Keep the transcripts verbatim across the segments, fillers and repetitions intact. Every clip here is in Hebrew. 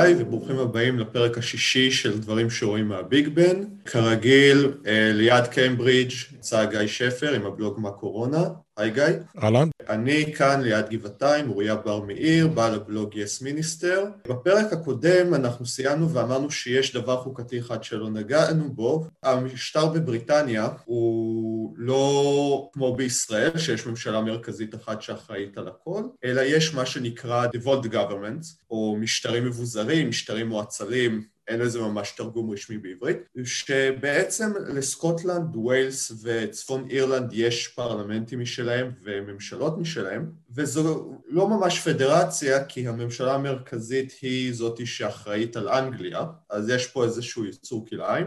היי וברוכים הבאים לפרק השישי של דברים שרואים מהביג בן. כרגיל, ליד קיימברידג' נמצא גיא שפר עם הבלוג מה קורונה. היי גיא. אהלן. אני כאן ליד גבעתיים, אוריה בר מאיר, בעל הבלוג יס מיניסטר. בפרק הקודם אנחנו סיימנו ואמרנו שיש דבר חוקתי אחד שלא נגענו בו. המשטר בבריטניה הוא לא כמו בישראל, שיש ממשלה מרכזית אחת שאחראית על הכל, אלא יש מה שנקרא devolved governments, או משטרים מבוזרים, משטרים מועצלים, אין לזה ממש תרגום רשמי בעברית, שבעצם לסקוטלנד, ווילס וצפון אירלנד יש פרלמנטים משלהם וממשלות משלהם, וזו לא ממש פדרציה, כי הממשלה המרכזית היא זאת שאחראית על אנגליה, אז יש פה איזשהו יצור כלאיים,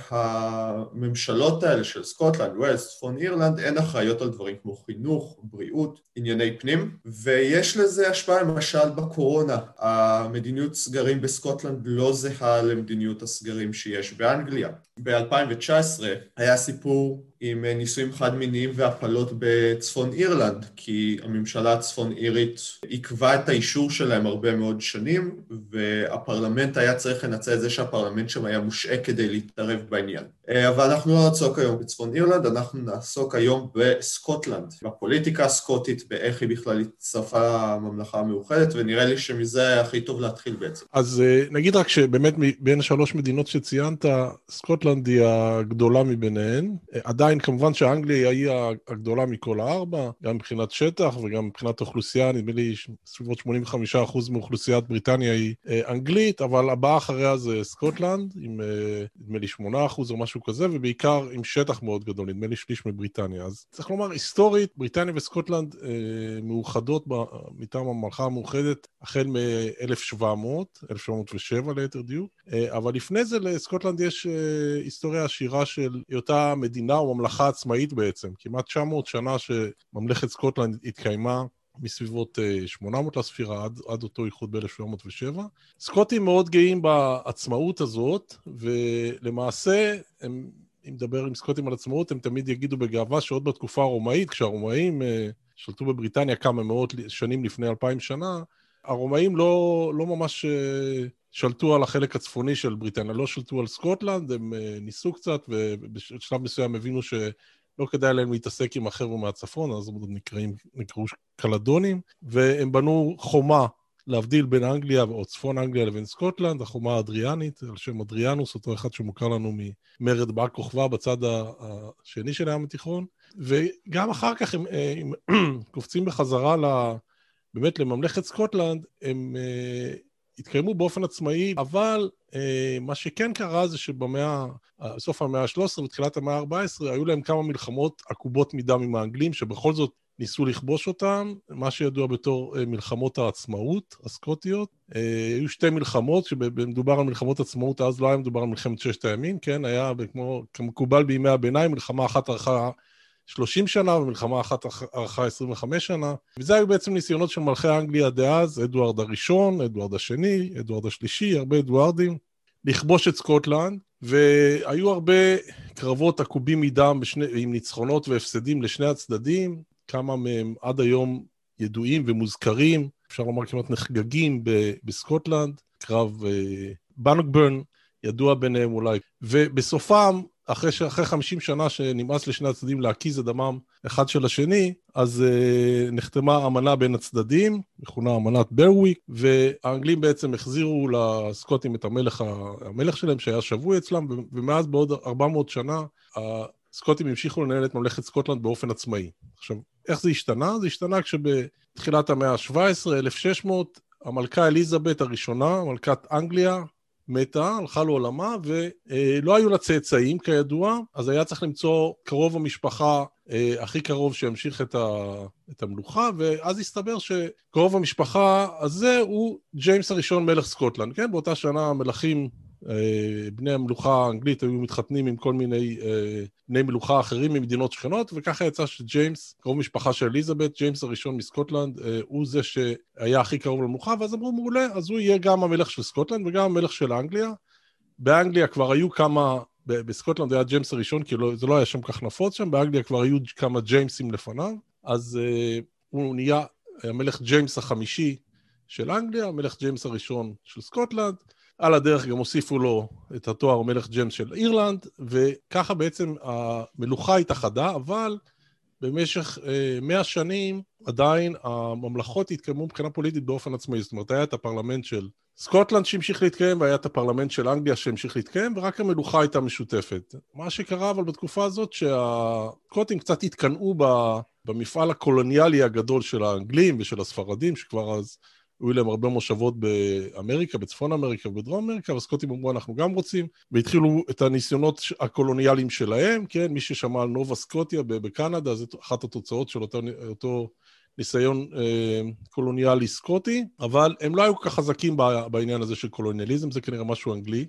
והממשלות האלה של סקוטלנד, ווילס, צפון אירלנד, הן אחראיות על דברים כמו חינוך, בריאות, ענייני פנים, ויש לזה השפעה למשל בקורונה. המדיניות סגרים בסקוטלנד לא זהה למדיניות הסגרים שיש באנגליה. ב-אלפיים תשע עשרה היה סיפור עם ניסויים חד-מיניים והפלות בצפון אירלנד, כי הממשלה הצפון אירית עיכבה את האישור שלהם הרבה מאוד שנים, והפרלמנט היה צריך לנצל את זה שהפרלמנט שם היה מושעה כדי להתערב בעניין. אבל אנחנו לא נעסוק היום בצפון אירלנד, אנחנו נעסוק היום בסקוטלנד, בפוליטיקה הסקוטית, באיך היא בכלל הצטרפה לממלכה המאוחדת, ונראה לי שמזה היה הכי טוב להתחיל בעצם. אז נגיד רק שבאמת בין שלוש מדינות שציינת, סקוטלנד היא הגדולה מביניהן. עדיין כמובן שאנגליה היא הגדולה מכל הארבע, גם מבחינת שטח וגם מבחינת אוכלוסייה, נדמה לי סביבות שמונים וחמישה אחוז מאוכלוסיית בריטניה היא אנגלית, אבל הבאה אחריה זה סקוטלנד, עם נדמה לי שמונה אחוז או משהו כזה, ובעיקר עם שטח מאוד גדול, נדמה לי שליש מבריטניה. אז צריך לומר, היסטורית, בריטניה וסקוטלנד מאוחדות מטעם הממלכה המאוחדת, החל מ-אלף שבע מאות, אלף שבע מאות ושבע ליתר דיוק, אבל לפני זה לסקוטלנד יש היסטוריה עשירה של אותה מדינה או ממלכה עצמאית בעצם, כמעט תשע מאות שנה שממלכת סקוטלנד התקיימה מסביבות שמונה מאות לספירה עד, עד אותו איחוד ב-אלף שבע מאות ושבע. סקוטים מאוד גאים בעצמאות הזאת, ולמעשה, הם, אם מדבר עם סקוטים על עצמאות, הם תמיד יגידו בגאווה שעוד בתקופה הרומאית, כשהרומאים שלטו בבריטניה כמה מאות שנים לפני אלפיים שנה, הרומאים לא, לא ממש שלטו על החלק הצפוני של בריטניה, לא שלטו על סקוטלנד, הם ניסו קצת, ובשלב מסוים הבינו שלא כדאי להם להתעסק עם החבר'ה מהצפון, אז הם נקראים, נקראו קלדונים, והם בנו חומה להבדיל בין אנגליה או צפון אנגליה לבין סקוטלנד, החומה האדריאנית, על שם אדריאנוס, אותו אחד שמוכר לנו ממרד בר כוכבא בצד השני של הים התיכון, וגם אחר כך הם, הם קופצים בחזרה ל... באמת לממלכת סקוטלנד, הם uh, התקיימו באופן עצמאי, אבל uh, מה שכן קרה זה שבמאה, בסוף המאה ה-שלוש עשרה ותחילת המאה ה-ארבע עשרה, היו להם כמה מלחמות עקובות מדם עם האנגלים, שבכל זאת ניסו לכבוש אותם, מה שידוע בתור uh, מלחמות העצמאות הסקוטיות. Uh, היו שתי מלחמות, שמדובר על מלחמות עצמאות, אז לא היה מדובר על מלחמת ששת הימים, כן? היה כמו, כמקובל בימי הביניים, מלחמה אחת ארכה שלושים שנה, ומלחמה אחת ארכה עשרים וחמש שנה, וזה היו בעצם ניסיונות של מלכי אנגליה דאז, אדוארד הראשון, אדוארד השני, אדוארד השלישי, הרבה אדוארדים, לכבוש את סקוטלנד, והיו הרבה קרבות עקובים מדם בשני, עם ניצחונות והפסדים לשני הצדדים, כמה מהם עד היום ידועים ומוזכרים, אפשר לומר כמעט נחגגים ב- בסקוטלנד, קרב אה, בנוקברן, ידוע ביניהם אולי, ובסופם, אחרי, אחרי חמישים שנה שנמאס לשני הצדדים להקיז את דמם אחד של השני, אז uh, נחתמה אמנה בין הצדדים, מכונה אמנת ברוויק, והאנגלים בעצם החזירו לסקוטים את המלך, המלך שלהם שהיה שבוי אצלם, ומאז בעוד ארבע מאות שנה, הסקוטים המשיכו לנהל את ממלכת סקוטלנד באופן עצמאי. עכשיו, איך זה השתנה? זה השתנה כשבתחילת המאה ה-שבע עשרה, אלף ושש מאות, המלכה אליזבת הראשונה, מלכת אנגליה, מתה, הלכה לעולמה, ולא היו לה צאצאים כידוע, אז היה צריך למצוא קרוב המשפחה הכי קרוב שימשיך את, ה, את המלוכה, ואז הסתבר שקרוב המשפחה הזה הוא ג'יימס הראשון מלך סקוטלנד, כן? באותה שנה המלכים, בני המלוכה האנגלית היו מתחתנים עם כל מיני בני מלוכה אחרים ממדינות שכנות, וככה יצא שג'יימס, קרוב משפחה של אליזבת, ג'יימס הראשון מסקוטלנד, הוא זה שהיה הכי קרוב למלוכה, ואז אמרו מעולה, אז הוא יהיה גם המלך של סקוטלנד וגם המלך של אנגליה. באנגליה כבר היו כמה, בסקוטלנד היה ג'יימס הראשון, כי לא, זה לא היה שם כך נפוץ שם, באנגליה כבר היו כמה ג'יימסים לפניו, אז הוא נהיה המלך ג'יימס החמישי של אנגליה, מלך ג'יימס הראשון של סקוטלנד, על הדרך גם הוסיפו לו את התואר מלך ג'יימס של אירלנד, וככה בעצם המלוכה התאחדה, אבל במשך אה, מאה שנים עדיין הממלכות התקיימו מבחינה פוליטית באופן עצמאי, זאת אומרת, היה את הפרלמנט של סקוטלנד שהמשיך להתקיים, והיה את הפרלמנט של אנגליה שהמשיך להתקיים, ורק המלוכה הייתה משותפת. מה שקרה אבל בתקופה הזאת, שהסקוטים קצת התקנאו במפעל הקולוניאלי הגדול של האנגלים ושל הספרדים, שכבר אז היו להם הרבה מושבות באמריקה, בצפון אמריקה ובדרום אמריקה, והסקוטים אמרו, אנחנו גם רוצים, והתחילו את הניסיונות הקולוניאליים שלהם, כן, מי ששמע על נובה סקוטיה בקנדה, זה אחת התוצאות של אותו, אותו ניסיון אה, קולוניאלי סקוטי, אבל הם לא היו כל כך חזקים בעניין הזה של קולוניאליזם, זה כנראה משהו אנגלי,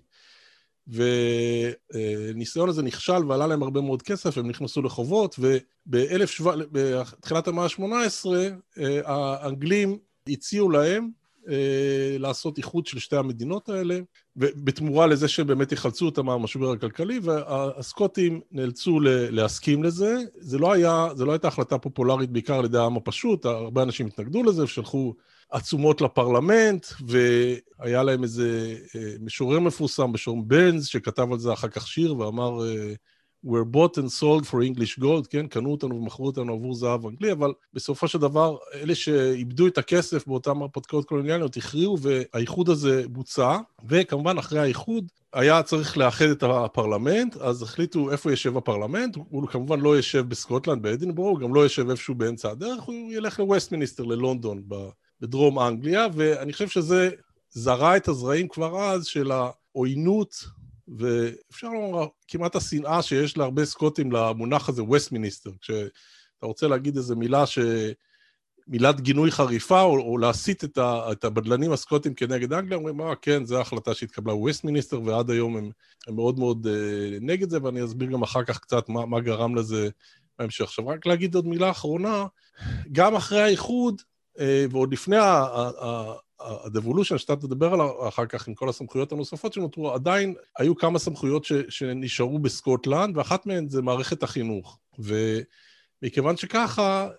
וניסיון הזה נכשל ועלה להם הרבה מאוד כסף, הם נכנסו לחובות, ובתחילת המאה ה-שמונה עשרה, האנגלים הציעו להם אה, לעשות איחוד של שתי המדינות האלה, ובתמורה לזה שהם באמת יחלצו אותם מהמשבר הכלכלי, והסקוטים נאלצו להסכים לזה. זה לא היה, זה לא הייתה החלטה פופולרית בעיקר על ידי העם הפשוט, הרבה אנשים התנגדו לזה, ושלחו עצומות לפרלמנט, והיה להם איזה אה, משורר מפורסם בשם ברנס, שכתב על זה אחר כך שיר, ואמר, אה, We're bought and sold for English gold, כן? קנו אותנו ומכרו אותנו עבור זהב אנגלי, אבל בסופו של דבר, אלה שאיבדו את הכסף באותן הרפתקאות קולוניאליות, הכריעו, והאיחוד הזה בוצע, וכמובן אחרי האיחוד, היה צריך לאחד את הפרלמנט, אז החליטו איפה ישב הפרלמנט, הוא כמובן לא ישב בסקוטלנד, באדינבורו, הוא גם לא ישב איפשהו באמצע הדרך, הוא ילך לווסטמיניסטר, ללונדון, בדרום אנגליה, ואני חושב שזה זרע את הזרעים כבר אז של העוינות, ואפשר לומר, כמעט השנאה שיש להרבה סקוטים למונח הזה, ווסטמיניסטר, כשאתה רוצה להגיד איזו מילה ש... מילת גינוי חריפה, או, או להסיט את, ה... את הבדלנים הסקוטים כנגד אנגליה, אומרים, מה, כן, זו ההחלטה שהתקבלה ווסטמיניסטר, ועד היום הם, הם מאוד מאוד uh, נגד זה, ואני אסביר גם אחר כך קצת מה, מה גרם לזה בהמשך. עכשיו, רק להגיד עוד מילה אחרונה, גם אחרי האיחוד, uh, ועוד לפני ה... ה... ה... ה-devolution שאתה תדבר עליו אחר כך עם כל הסמכויות הנוספות שנותרו, עדיין היו כמה סמכויות ש, שנשארו בסקוטלנד, ואחת מהן זה מערכת החינוך. ומכיוון שככה,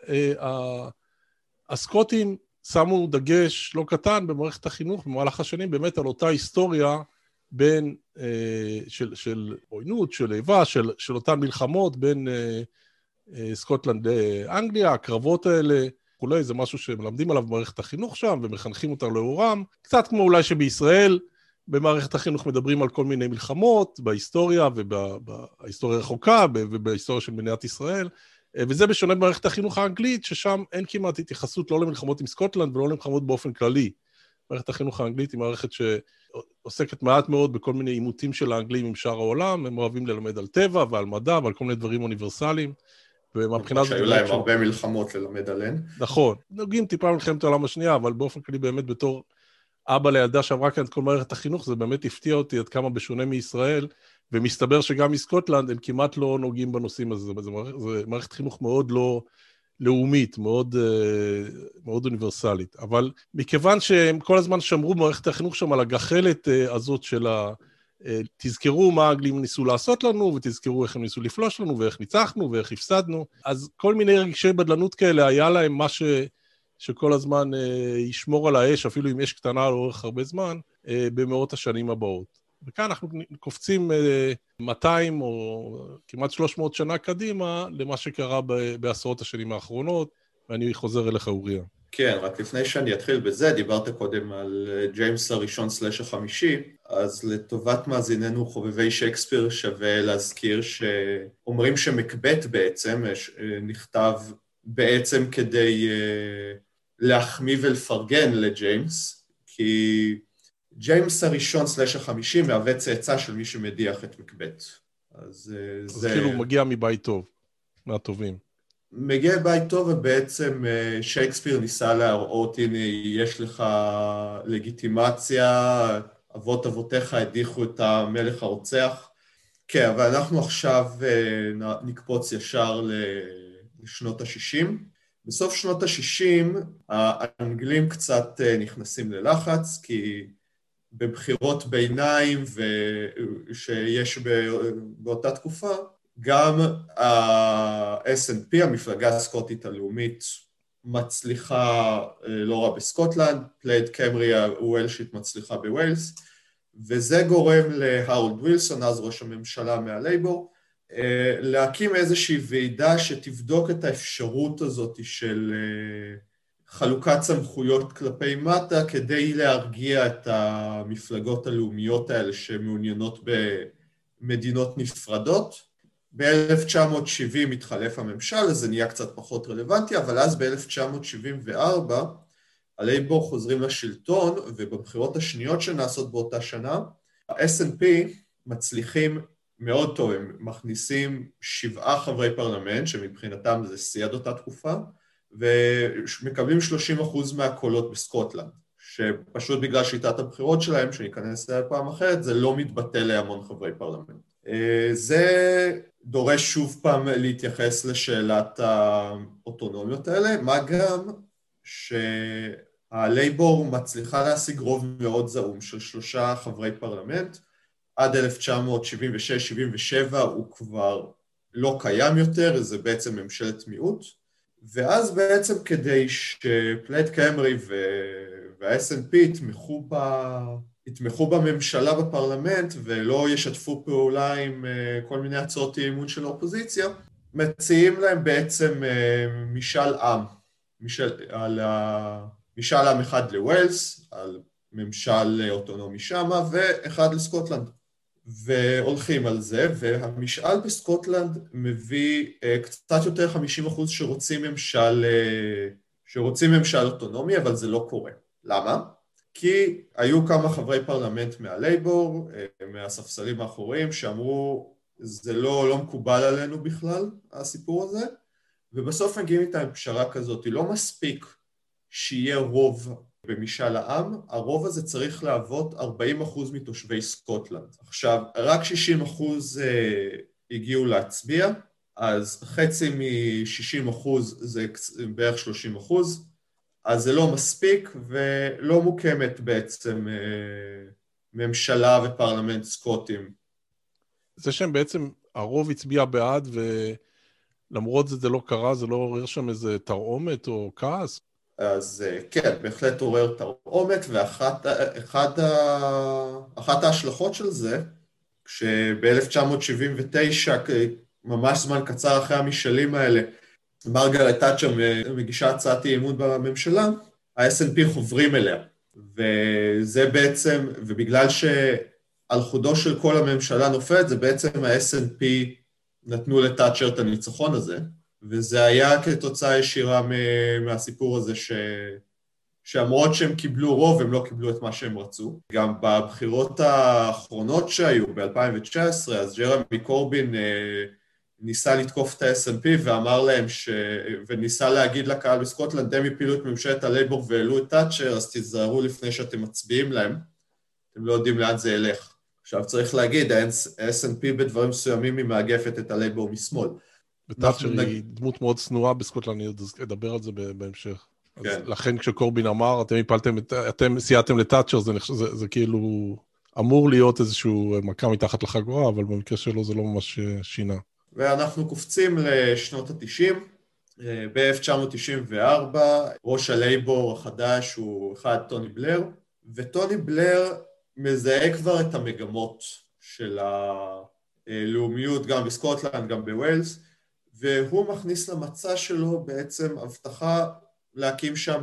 הסקוטים שמו דגש לא קטן במערכת החינוך במהלך השנים, באמת על אותה היסטוריה בין, של, של עוינות, של איבה, של, של אותן מלחמות בין סקוטלנד לאנגליה, הקרבות האלה, אולי זה משהו שמלמדים עליו במערכת החינוך שם, ומחנכים אותה לאורם, קצת כמו אולי שבישראל, במערכת החינוך מדברים על כל מיני מלחמות, בהיסטוריה ובהיסטוריה הרחוקה, ובהיסטוריה של מדינת ישראל, וזה בשונה במערכת החינוך האנגלית, ששם אין כמעט התייחסות לא למלחמות עם סקוטלנד, ולא למלחמות באופן כללי. מערכת החינוך האנגלית היא מערכת שעוסקת מעט מאוד בכל מיני עימותים של האנגלים עם שאר העולם, הם אוהבים ללמד על טבע ועל מדע ועל כל מיני דברים אוניברסליים, שהיו להם הרבה מלחמות ללמד עליהן. נכון, נוגעים טיפה מלחמת העולם השנייה, אבל באופן כללי באמת בתור אבא לילדה שעברה כאן את כל מערכת החינוך, זה באמת הפתיע אותי עד כמה בשונה מישראל, ומסתבר שגם מסקוטלנד הם כמעט לא נוגעים בנושאים הזה, זה מערכת חינוך מאוד לא לאומית, מאוד, מאוד אוניברסלית, אבל מכיוון שהם כל הזמן שמרו במערכת החינוך שם על הגחלת הזאת של ה... תזכרו מה האנגלים ניסו לעשות לנו, ותזכרו איך הם ניסו לפלוש לנו, ואיך ניצחנו, ואיך הפסדנו. אז כל מיני רגשי בדלנות כאלה, היה להם מה ש... שכל הזמן אה, ישמור על האש, אפילו עם אש קטנה לאורך הרבה זמן, אה, במאות השנים הבאות. וכאן אנחנו קופצים אה, מאתיים או כמעט שלוש מאות שנה קדימה, למה שקרה ב... בעשרות השנים האחרונות, ואני חוזר אליך אוריה. כן, רק לפני שאני אתחיל בזה, דיברת קודם על ג'יימס הראשון סלש החמישי, אז לטובת מאזיננו חובבי שייקספיר שווה להזכיר שאומרים שמקבט בעצם נכתב בעצם כדי להחמיא ולפרגן לג'יימס, כי ג'יימס הראשון סלש החמישי מהווה צאצא של מי שמדיח את מקבט. אז, אז זה... כאילו הוא מגיע מבית טוב, מהטובים. מגיע בית טוב, ובעצם שייקספיר ניסה להראות, הנה, יש לך לגיטימציה, אבות אבותיך הדיחו את המלך הרוצח. כן, אבל אנחנו עכשיו נקפוץ ישר לשנות ה-שישים. בסוף שנות ה-שישים, האנגלים קצת נכנסים ללחץ, כי בבחירות ביניים שיש באותה תקופה, גם ה-אס אנד פי, המפלגה הסקוטית הלאומית, מצליחה לא רע בסקוטלנד, פלייד קמרי הוולשית מצליחה בווילס, וזה גורם להארולד ווילסון, אז ראש הממשלה מהלייבור, להקים איזושהי ועידה שתבדוק את האפשרות הזאת של חלוקת סמכויות כלפי מטה, כדי להרגיע את המפלגות הלאומיות האלה שמעוניינות במדינות נפרדות. ב-אלף תשע מאות שבעים התחלף הממשל, אז זה נהיה קצת פחות רלוונטי, אבל אז ב-אלף תשע מאות שבעים וארבע הלייבור חוזרים לשלטון, ובבחירות השניות שנעשות באותה שנה, ה-אס אנד פי מצליחים מאוד טוב, הם מכניסים שבעה חברי פרלמנט, שמבחינתם זה שיא עד אותה תקופה, ומקבלים שלושים אחוז מהקולות בסקוטלנד, שפשוט בגלל שיטת הבחירות שלהם, שניכנס לזה פעם אחרת, זה לא מתבטא להמון חברי פרלמנט. זה דורש שוב פעם להתייחס לשאלת האוטונומיות האלה, מה גם שהלייבור מצליחה להשיג רוב מאוד זעום של שלושה חברי פרלמנט, עד אלף תשע מאות שבעים ושש שבעים ושבע הוא כבר לא קיים יותר, זה בעצם ממשלת מיעוט, ואז בעצם כדי שפלייד קמרי וה-אס אנד פי יתמכו ב... יתמכו בממשלה בפרלמנט ולא ישתפו פעולה עם כל מיני הצעות אי-אמון של האופוזיציה, מציעים להם בעצם משאל עם, משאל, על ה... משאל עם אחד לווילס, על ממשל אוטונומי שמה, ואחד לסקוטלנד. והולכים על זה, והמשאל בסקוטלנד מביא קצת יותר חמישים אחוז שרוצים ממשל, שרוצים ממשל אוטונומי, אבל זה לא קורה. למה? כי היו כמה חברי פרלמנט מהלייבור, מהספסלים האחוריים, שאמרו, זה לא, לא מקובל עלינו בכלל, הסיפור הזה, ובסוף מגיעים איתם פשרה כזאת, לא מספיק שיהיה רוב במשאל העם, הרוב הזה צריך להוות ארבעים אחוז מתושבי סקוטלנד. עכשיו, רק שישים אחוז הגיעו להצביע, אז חצי מ-שישים אחוז זה בערך שלושים אחוז, אז זה לא מספיק, ולא מוקמת בעצם ממשלה ופרלמנט סקוטים. זה שהם בעצם, הרוב הצביע בעד, ולמרות זה זה לא קרה, זה לא עורר שם איזה תרעומת או כעס? אז כן, בהחלט עורר תרעומת, ואחת אחת אחת ההשלכות של זה, כשב-אלף תשע מאות שבעים ותשע, ממש זמן קצר אחרי המשאלים האלה, מרגרט תאצ'ר מגישה הצעת אי-אמון בממשלה, ה-אס אנד פי חוברים אליה, וזה בעצם, ובגלל שעל חודו של כל הממשלה נופלת, זה בעצם ה-אס אנד פי נתנו לתאצ'ר את הניצחון הזה, וזה היה כתוצאה ישירה מהסיפור הזה ש... שאמרות שהם קיבלו רוב, הם לא קיבלו את מה שהם רצו. גם בבחירות האחרונות שהיו, ב-אלפיים תשע עשרה, אז ג'רמי קורבין ניסה לתקוף את ה-אס אנד פי ואמר להם, ש... וניסה להגיד לקהל בסקוטלנד, הם הפילו את ממשלת הלייבור והעלו את תאצ'ר, אז תזהרו לפני שאתם מצביעים להם, אתם לא יודעים לאן זה ילך. עכשיו צריך להגיד, ה-אס אנד פי בדברים מסוימים היא מאגפת את הלייבור משמאל. ותאצ'ר היא דמות מאוד צנועה בסקוטלנד, אני אדבר על זה בהמשך. כן. לכן כשקורבין אמר, אתם הפלתם, אתם סייעתם לתאצ'ר, זה, זה, זה כאילו אמור להיות איזשהו מכה מתחת לחגורה, אבל במקרה שלו זה לא ממש שינה. ואנחנו קופצים לשנות ה-תשעים, ב-אלף תשע מאות תשעים וארבע, ראש הלייבור החדש הוא אחד טוני בלר, וטוני בלר מזהה כבר את המגמות של הלאומיות, גם בסקוטלנד, גם בווילס, והוא מכניס למצע שלו בעצם הבטחה להקים שם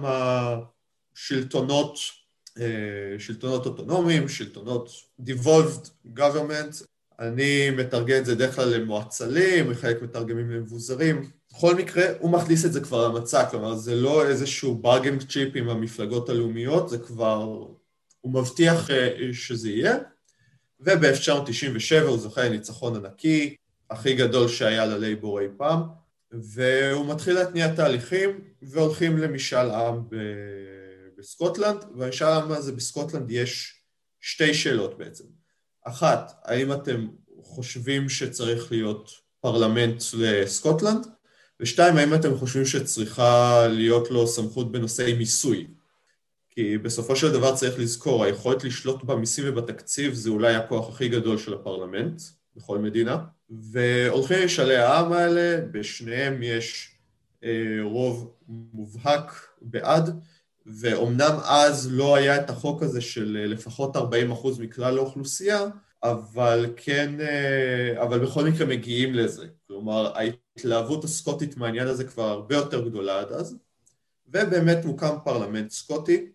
שלטונות, שלטונות אוטונומיים, שלטונות devolved government, אני מתרגם את זה דרך כלל למועצלים, חלק מתרגמים למבוזרים, בכל מקרה הוא מכניס את זה כבר למצע, כלומר זה לא איזשהו bargaining chip עם המפלגות הלאומיות, זה כבר, הוא מבטיח שזה יהיה, וב-אלף תשע מאות תשעים ושבע הוא זוכה לניצחון ענקי, הכי גדול שהיה ללייבור אי פעם, והוא מתחיל להתניע תהליכים, והולכים למשאל עם בסקוטלנד, והמשאל עם הזה בסקוטלנד יש שתי שאלות בעצם. אחת, האם אתם חושבים שצריך להיות פרלמנט לסקוטלנד? ושתיים, האם אתם חושבים שצריכה להיות לו סמכות בנושאי מיסוי? כי בסופו של דבר צריך לזכור, היכולת לשלוט במיסים ובתקציב זה אולי הכוח הכי גדול של הפרלמנט בכל מדינה, והולכים למשאלי העם האלה, בשניהם יש רוב מובהק בעד, ואומנם אז לא היה את החוק הזה של לפחות ארבעים אחוז מכלל האוכלוסייה, אבל כן, אבל בכל מקרה מגיעים לזה. כלומר, ההתלהבות הסקוטית מהעניין הזה כבר הרבה יותר גדולה עד אז, ובאמת מוקם פרלמנט סקוטי,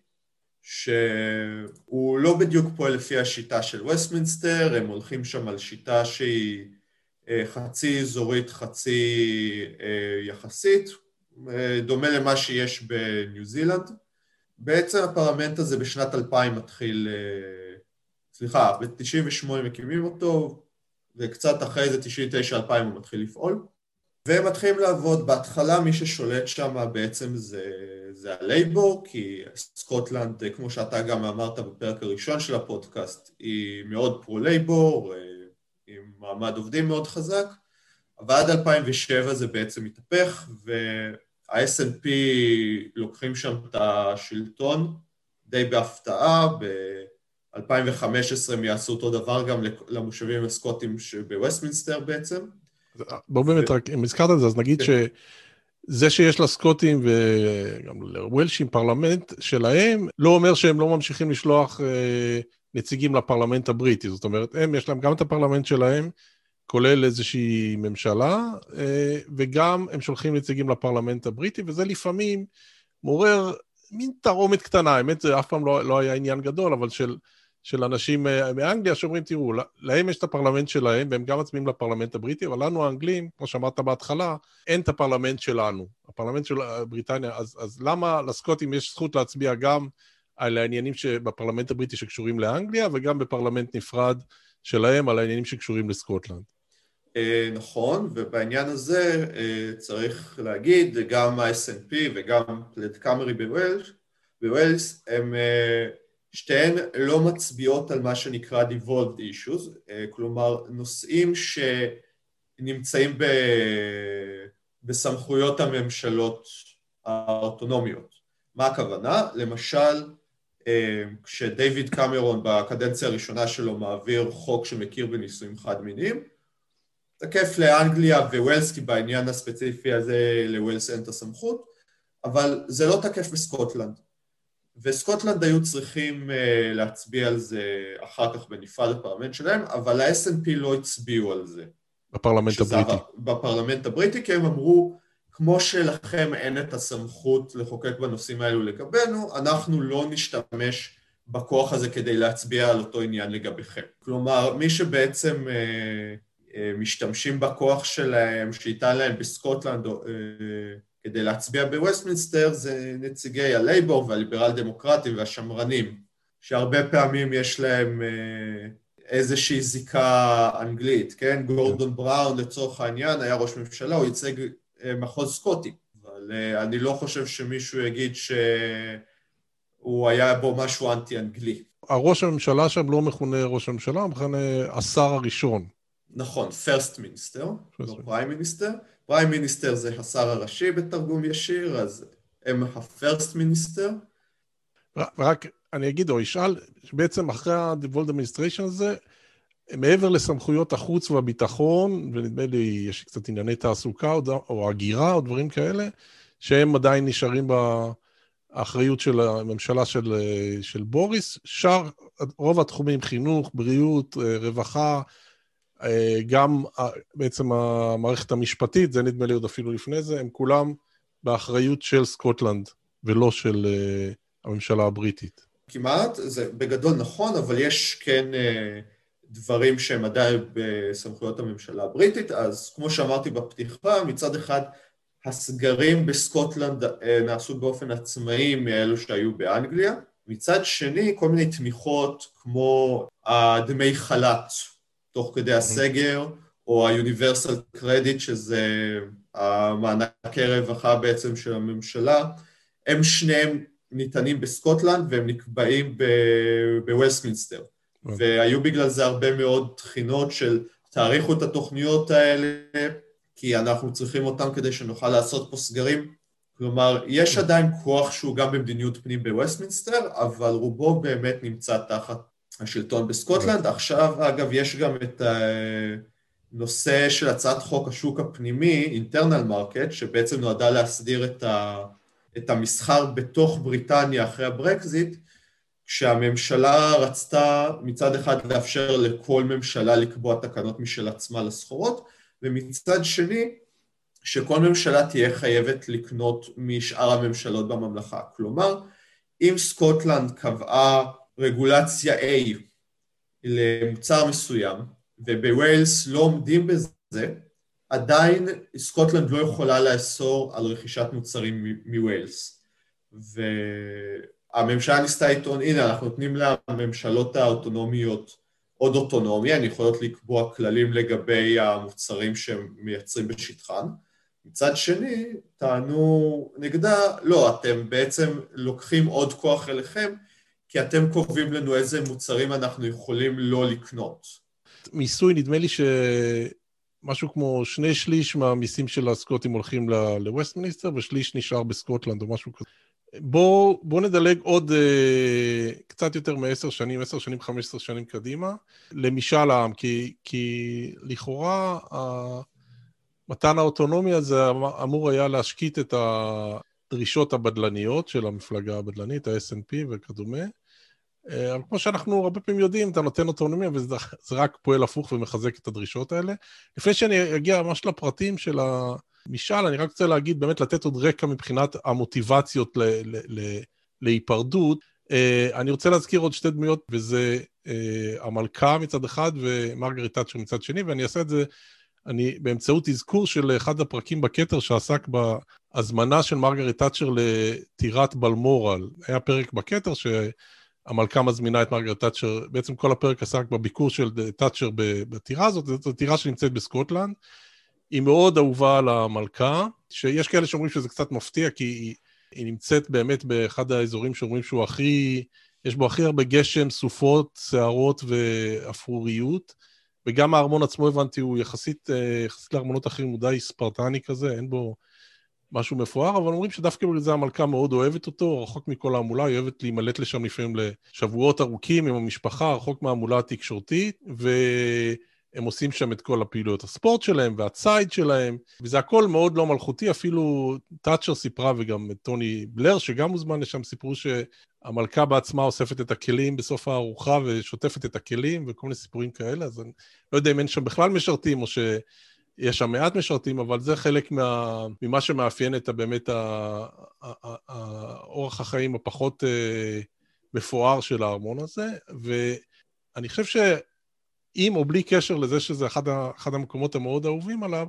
שהוא לא בדיוק פועל לפי השיטה של וסטמינסטר, הם הולכים שם על שיטה שהיא חצי אזורית, חצי יחסית, דומה למה שיש בניו זילנד. בעצם הפרלמנט הזה בשנת אלפיים מתחיל, סליחה, ב-תשעים ושמונה מקימים אותו, וקצת אחרי זה תשעים ותשע אלפיים הוא מתחיל לפעול. והם מתחילים לעבוד, בהתחלה מי ששולט שם בעצם זה, זה הלייבור, כי סקוטלנד, כמו שאתה גם אמרת בפרק הראשון של הפודקאסט, היא מאוד פרו-לייבור, עם מעמד עובדים מאוד חזק, אבל עד אלפיים ושבע זה בעצם מתהפך, וה-אס אנד פי לוקחים שם את השלטון די בהפתעה, ב-אלפיים וחמש עשרה הם יעשו אותו דבר גם למושבים הסקוטים בווסטמינסטר בעצם. בואו באמת רק, אם הזכרת את זה, אז נגיד שזה שיש לסקוטים וגם לוולשים פרלמנט שלהם, לא אומר שהם לא ממשיכים לשלוח נציגים לפרלמנט הבריטי, זאת אומרת, הם יש להם גם את הפרלמנט שלהם, כולל איזושהי ממשלה, וגם הם שולחים נציגים לפרלמנט הבריטי, וזה לפעמים מעורר מין תרומת קטנה, האמת זה אף פעם לא, לא היה עניין גדול, אבל של... של אנשים מאנגליה שאומרים, תראו, להם יש את הפרלמנט שלהם, והם גם מצביעים לפרלמנט הבריטי, אבל לנו האנגלים, כמו שאמרת בהתחלה, אין את הפרלמנט שלנו, הפרלמנט של בריטניה, אז, אז למה לסקוטים יש זכות להצביע גם על העניינים שבפרלמנט הבריטי שקשורים לאנגליה, וגם בפרלמנט נפרד שלהם על העניינים שקשורים לסקוטלנד? נכון, ובעניין הזה צריך להגיד, גם ה-אס אנד פי וגם פלד קאמרי בווילס, הם... שתיהן לא מצביעות על מה שנקרא devolved issues, כלומר נושאים שנמצאים ב... בסמכויות הממשלות האוטונומיות. מה הכוונה? למשל, כשדייוויד קמרון בקדנציה הראשונה שלו מעביר חוק שמכיר בנישואים חד מיניים, תקף לאנגליה וווילס, כי בעניין הספציפי הזה לווילס אין את הסמכות, אבל זה לא תקף בסקוטלנד. וסקוטלנד היו צריכים uh, להצביע על זה אחר כך בנפרד הפרלמנט שלהם, אבל ה-אס אנד פי לא הצביעו על זה. בפרלמנט הבריטי. בפרלמנט הבריטי, כי הם אמרו, כמו שלכם אין את הסמכות לחוקק בנושאים האלו לגבינו, אנחנו לא נשתמש בכוח הזה כדי להצביע על אותו עניין לגביכם. כלומר, מי שבעצם uh, uh, משתמשים בכוח שלהם, שייתן להם בסקוטלנד, uh, כדי להצביע בווסטמינסטר, זה נציגי הלייבור והליברל דמוקרטים והשמרנים, שהרבה פעמים יש להם איזושהי זיקה אנגלית, כן? גורדון בראון לצורך העניין היה ראש ממשלה, הוא ייצג מחוז סקוטי, אבל אני לא חושב שמישהו יגיד שהוא היה בו משהו אנטי-אנגלי. הראש הממשלה שם לא מכונה ראש הממשלה, הוא מכונה השר הראשון. נכון, first minister, לא prime minister. פריים מיניסטר זה השר הראשי בתרגום ישיר, אז הם ה-first minister. רק אני אגיד או אשאל, בעצם אחרי ה-devolved administration הזה, מעבר לסמכויות החוץ והביטחון, ונדמה לי יש קצת ענייני תעסוקה או הגירה או דברים כאלה, שהם עדיין נשארים באחריות של הממשלה של, של בוריס, שאר רוב התחומים, חינוך, בריאות, רווחה, גם בעצם המערכת המשפטית, זה נדמה לי עוד אפילו לפני זה, הם כולם באחריות של סקוטלנד, ולא של הממשלה הבריטית. כמעט, זה בגדול נכון, אבל יש כן דברים שהם עדיין בסמכויות הממשלה הבריטית, אז כמו שאמרתי בפתיחה, מצד אחד הסגרים בסקוטלנד נעשו באופן עצמאי מאלו שהיו באנגליה, מצד שני כל מיני תמיכות כמו הדמי חל"ת, תוך כדי הסגר, או ה-Universal Credit, שזה המענקי רווחה בעצם של הממשלה, הם שניהם ניתנים בסקוטלנד, והם נקבעים בווסטמינסטר. והיו בגלל זה הרבה מאוד תחינות של תאריכו את התוכניות האלה, כי אנחנו צריכים אותם כדי שנוכל לעשות פה סגרים. כלומר, יש עדיין כוח שהוא גם במדיניות פנים בווסטמינסטר, אבל רובו באמת נמצא תחת השלטון בסקוטלנד. עכשיו, אגב, יש גם את נושא של הצעת חוק השוק הפנימי, internal market, שבעצם נועדה להסדיר את, ה, את המסחר בתוך בריטניה אחרי הברקזיט, כשהממשלה רצתה מצד אחד לאפשר לכל ממשלה לקבוע תקנות משל עצמה לסחורות, ומצד שני, שכל ממשלה תהיה חייבת לקנות משאר הממשלות בממלכה. כלומר, אם סקוטלנד קבעה רגולציה A למוצר מסוים, ובווילס לא עומדים בזה, עדיין סקוטלנד לא יכולה לאסור על רכישת מוצרים מווילס. והממשלה ניסתה לטעון, הנה, אנחנו נותנים לממשלות האוטונומיות עוד אוטונומיה, הן יכולות לקבוע כללים לגבי המוצרים שהם מייצרים בשטחן. מצד שני, טענו נגדה, לא, אתם בעצם לוקחים עוד כוח אליכם, כי אתם קובעים לנו איזה מוצרים אנחנו יכולים לא לקנות. מיסוי, נדמה לי שמשהו כמו שני שליש מהמיסים של הסקוטים הולכים לווסטמיניסטר, ושליש נשאר בסקוטלנד או משהו כזה. בוא, בוא נדלג עוד uh, קצת יותר מעשר שנים, עשר שנים, חמש עשרה שנים קדימה, למשאל העם, כי, כי לכאורה מתן האוטונומיה הזה אמור היה להשקיט את הדרישות הבדלניות של המפלגה הבדלנית, ה-אס אנד פי וכדומה. אבל כמו שאנחנו הרבה פעמים יודעים, אתה נותן אוטונומיה וזה רק פועל הפוך ומחזק את הדרישות האלה. לפני שאני אגיע ממש לפרטים של המשאל, אני רק רוצה להגיד, באמת לתת עוד רקע מבחינת המוטיבציות ל- ל- ל- להיפרדות. אני רוצה להזכיר עוד שתי דמויות, וזה המלכה מצד אחד ומרגרט תאצ'ר מצד שני, ואני אעשה את זה אני, באמצעות אזכור של אחד הפרקים בכתר שעסק בהזמנה של מרגרט תאצ'ר לטירת בלמורל. היה פרק בכתר שהמלכה מזמינה את מרגרט תאצ'ר, בעצם כל הפרק עסק בביקור של תאצ'ר בטירה הזאת, זאת טירה שנמצאת בסקוטלנד, היא מאוד אהובה על המלכה, שיש כאלה שאומרים שזה קצת מפתיע, כי היא, היא נמצאת באמת באחד האזורים שאומרים שהוא הכי, יש בו הכי הרבה גשם, סופות, שערות ואפרוריות, וגם הארמון עצמו הבנתי, הוא יחסית, יחסית לארמונות אחרים, הוא די ספרטני כזה, אין בו משהו מפואר, אבל אומרים שדווקא בגלל זה המלכה מאוד אוהבת אותו, רחוק מכל העמולה, היא אוהבת להימלט לשם לפעמים לשבועות ארוכים עם המשפחה, רחוק מהעמולה התקשורתית, והם עושים שם את כל הפעילויות הספורט שלהם והצייד שלהם, וזה הכל מאוד לא מלכותי, אפילו תאצ'ר סיפרה וגם טוני בלר, שגם מוזמן לשם, סיפרו שהמלכה בעצמה אוספת את הכלים בסוף הארוחה ושוטפת את הכלים וכל מיני סיפורים כאלה, אז אני לא יודע אם אין שם בכלל משרתים או ש... יש שם מעט משרתים, אבל זה חלק מה, ממה שמאפיין את באמת האורח החיים הפחות מפואר של הארמון הזה, ואני חושב שאם או בלי קשר לזה שזה אחד, אחד המקומות המאוד אהובים עליו,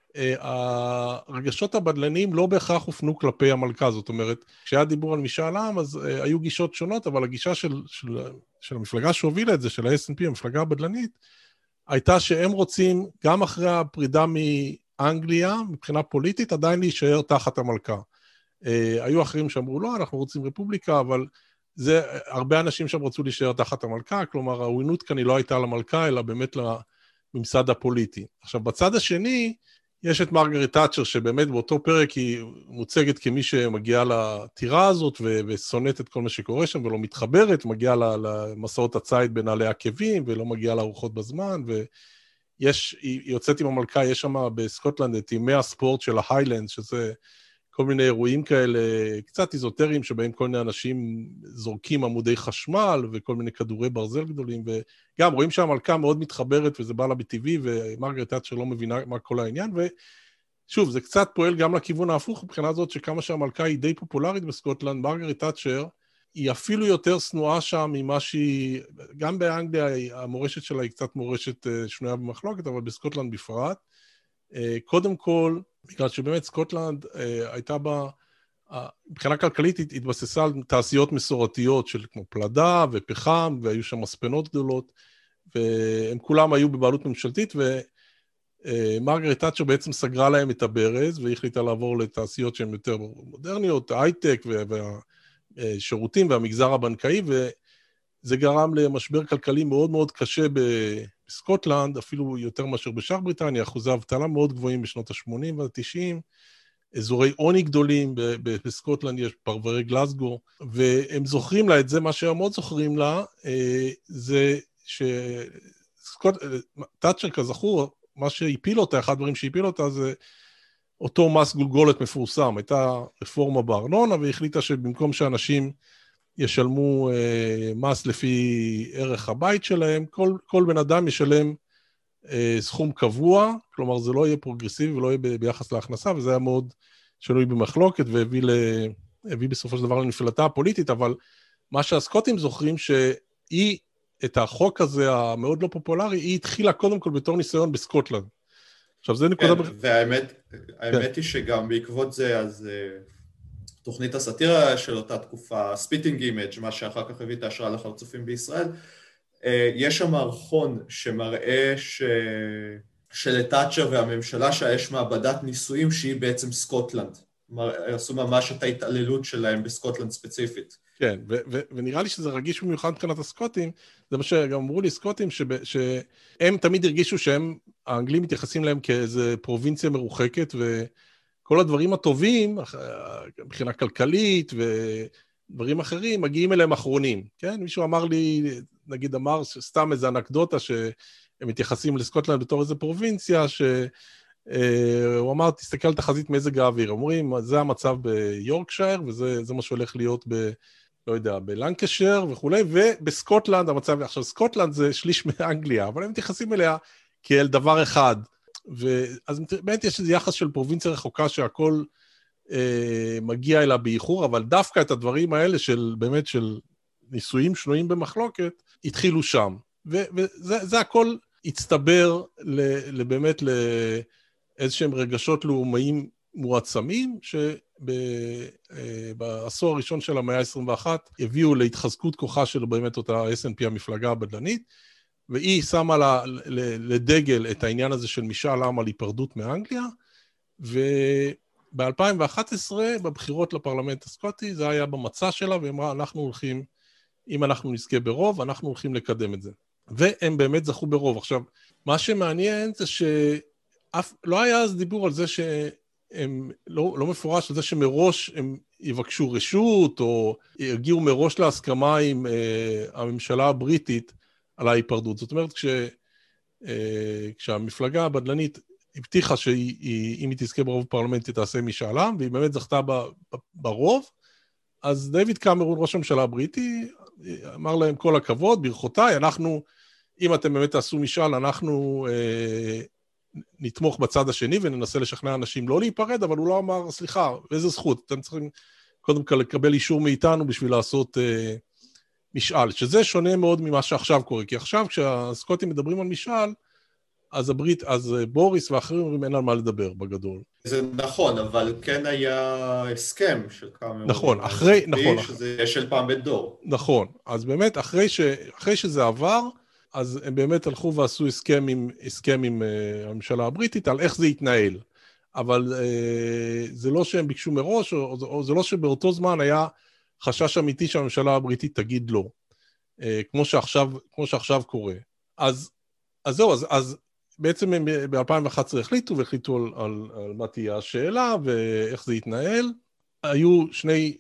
הרגשות הבדלניים לא בהכרח הופנו כלפי המלכה, זאת אומרת, כשהיה דיבור על משאל עם, אז היו גישות שונות, אבל הגישה של, של, של המפלגה שהובילה את זה, של ה-אס אנד פי, המפלגה הבדלנית, הייתה שהם רוצים, גם אחרי הפרידה מאנגליה, מבחינה פוליטית, עדיין להישאר תחת המלכה. היו אחרים שאמרו, לא, אנחנו רוצים רפובליקה, אבל זה, הרבה אנשים שם רצו להישאר תחת המלכה, כלומר, העוינות כאן היא לא הייתה למלכה, אלא באמת לממסד הפוליטי. עכשיו, בצד השני, יש את מרגרט תאצ'ר, שבאמת באותו פרק היא מוצגת כמי שמגיעה לטירה הזאת, ושונאת את כל מה שקורה שם, ולא מתחברת, מגיעה למסעות הצייד בנעלי עקבים, ולא מגיעה לארוחות בזמן, ויש, היא יוצאת עם המלכה, יש שם בסקוטלנד את ימי הספורט של ההיילנד, שזה כל מיני אירועים כאלה, קצת איזוטריים, שבהם כל מיני אנשים זורקים עמודי חשמל, וכל מיני כדורי ברזל גדולים, וגם רואים שהמלכה מאוד מתחברת, וזה בא לה בטבעי, ומרגרט תאצ'ר לא מבינה מה כל העניין, ושוב, זה קצת פועל גם לכיוון ההפוך, מבחינה זאת שכמה שהמלכה היא די פופולרית בסקוטלנד, מרגרט תאצ'ר, היא אפילו יותר שנואה שם ממה שהיא, גם באנגליה, המורשת שלה היא קצת מורשת שנויה במחלוקת, אבל בסקוטלנד בפרט. קודם כל, בגלל שבאמת סקוטלנד אה, הייתה בה, אה, מבחינה כלכלית התבססה על תעשיות מסורתיות של כמו פלדה ופחם, והיו שם מספנות גדולות, והם כולם היו בבעלות ממשלתית, ומרגרט תאצ'ר בעצם סגרה להם את הברז, והחליטה לעבור לתעשיות שהן יותר מודרניות, ההייטק והשירותים והמגזר הבנקאי, וזה גרם למשבר כלכלי מאוד מאוד קשה בסקוטלנד, אפילו יותר מאשר בשאר בריטניה, אחוזי אבטלה מאוד גבוהים בשנות ה-שמונים וה-תשעים, אזורי עוני גדולים, בסקוטלנד יש פרברי גלסגו, והם זוכרים לה את זה, מה שהם מאוד זוכרים לה, זה שתאצ'ר כזכור, מה שהפיל אותה, אחד הדברים שהפיל אותה זה אותו מס גולגולת מפורסם, הייתה רפורמה בארנונה, והחליטה שבמקום שאנשים ישלמו אה, מס לפי ערך הבית שלהם, כל, כל בן אדם ישלם אה, סכום קבוע, כלומר זה לא יהיה פרוגרסיבי ולא יהיה ב, ביחס להכנסה, וזה היה מאוד שנוי במחלוקת, והביא ל, הביא בסופו של דבר לנפילתה הפוליטית, אבל מה שהסקוטים זוכרים שהיא, את החוק הזה המאוד לא פופולרי, היא התחילה קודם כל בתור ניסיון בסקוטלנד. עכשיו זה נקודה... כן, והאמת, האמת היא שגם בעקבות זה, אז תוכנית הסאטירה של אותה תקופה, ספיטינג אימג', מה שאחר כך הביא את ההשראה לחרצופים בישראל, יש שם מערכון שמראה ש... שלטאצ'ר והממשלה שיש מעבדת ניסויים שהיא בעצם סקוטלנד. עשו ממש את ההתעללות שלהם בסקוטלנד ספציפית. כן, ו- ו- ונראה לי שזה רגיש במיוחד מבחינת הסקוטים, זה מה שגם אמרו לי סקוטים, שב- שהם תמיד הרגישו שהם, האנגלים מתייחסים להם כאיזה פרובינציה מרוחקת, וכל הדברים הטובים, מבחינה כלכלית ודברים אחרים, מגיעים אליהם אחרונים, כן? מישהו אמר לי, נגיד אמר, סתם איזו אנקדוטה, שהם מתייחסים לסקוטלנד בתור איזו פרובינציה, ש... הוא אמר, תסתכל על תחזית מזג האוויר, אומרים, זה המצב ביורקשייר, וזה מה שהולך להיות ב... לא יודע, בלנקשר וכולי, ובסקוטלנד המצב, עכשיו סקוטלנד זה שליש מאנגליה, אבל הם מתייחסים אליה כאל דבר אחד, ואז באמת יש איזה יחס של פרובינציה רחוקה שהכל אה, מגיע אליה באיחור, אבל דווקא את הדברים האלה של, באמת של ניסויים שנויים במחלוקת, התחילו שם, ו, וזה זה הכל הצטבר לבאמת לאיזשהם רגשות לאומיים מועצמים, שבעשור הראשון של המאה ה-עשרים ואחת הביאו להתחזקות כוחה של באמת אותה אס אנד פי, המפלגה הבדלנית, והיא שמה לה, לדגל את העניין הזה של משאל עם על היפרדות מאנגליה, וב-אלפיים ואחת עשרה, בבחירות לפרלמנט הסקוטי, זה היה במצע שלה, והיא אמרה, אנחנו הולכים, אם אנחנו נזכה ברוב, אנחנו הולכים לקדם את זה. והם באמת זכו ברוב. עכשיו, מה שמעניין זה שאף, לא היה אז דיבור על זה שהם, לא, לא מפורש על זה שמראש הם יבקשו רשות, או יגיעו מראש להסכמה עם אה, הממשלה הבריטית על ההיפרדות. זאת אומרת, כש, אה, כשהמפלגה הבדלנית הבטיחה שאם היא תזכה ברוב פרלמנט, היא תעשה משאל עם, והיא באמת זכתה ב, ב, ברוב, אז דיוויד קמרון, ראש הממשלה הבריטי, אמר להם כל הכבוד, ברכותיי, אנחנו, אם אתם באמת תעשו משאל, אנחנו אה, נתמוך בצד השני וננסה לשכנע אנשים לא להיפרד, אבל הוא לא אמר, סליחה, איזה זכות, אתם צריכים קודם כל לקבל אישור מאיתנו בשביל לעשות אה, משאל, שזה שונה מאוד ממה שעכשיו קורה, כי עכשיו כשהסקוטים מדברים על משאל, אז הברית, אז בוריס ואחרים אומרים אין על מה לדבר בגדול. זה נכון, אבל כן היה הסכם של כמה... נכון, אחרי, נכון. שזה של פעם בדור. נכון, אז באמת אחרי, ש, אחרי שזה עבר, אז הם באמת הלכו ועשו הסכם עם, הסכם עם uh, הממשלה הבריטית על איך זה יתנהל. אבל uh, זה לא שהם ביקשו מראש, או, או זה לא שבאותו זמן היה חשש אמיתי שהממשלה הבריטית תגיד לא. Uh, כמו שעכשיו, כמו שעכשיו קורה. אז, אז זהו, אז, אז בעצם הם ב-אלפיים ואחת עשרה החליטו, והחליטו על, על, על מה תהיה השאלה, ואיך זה יתנהל. היו שני,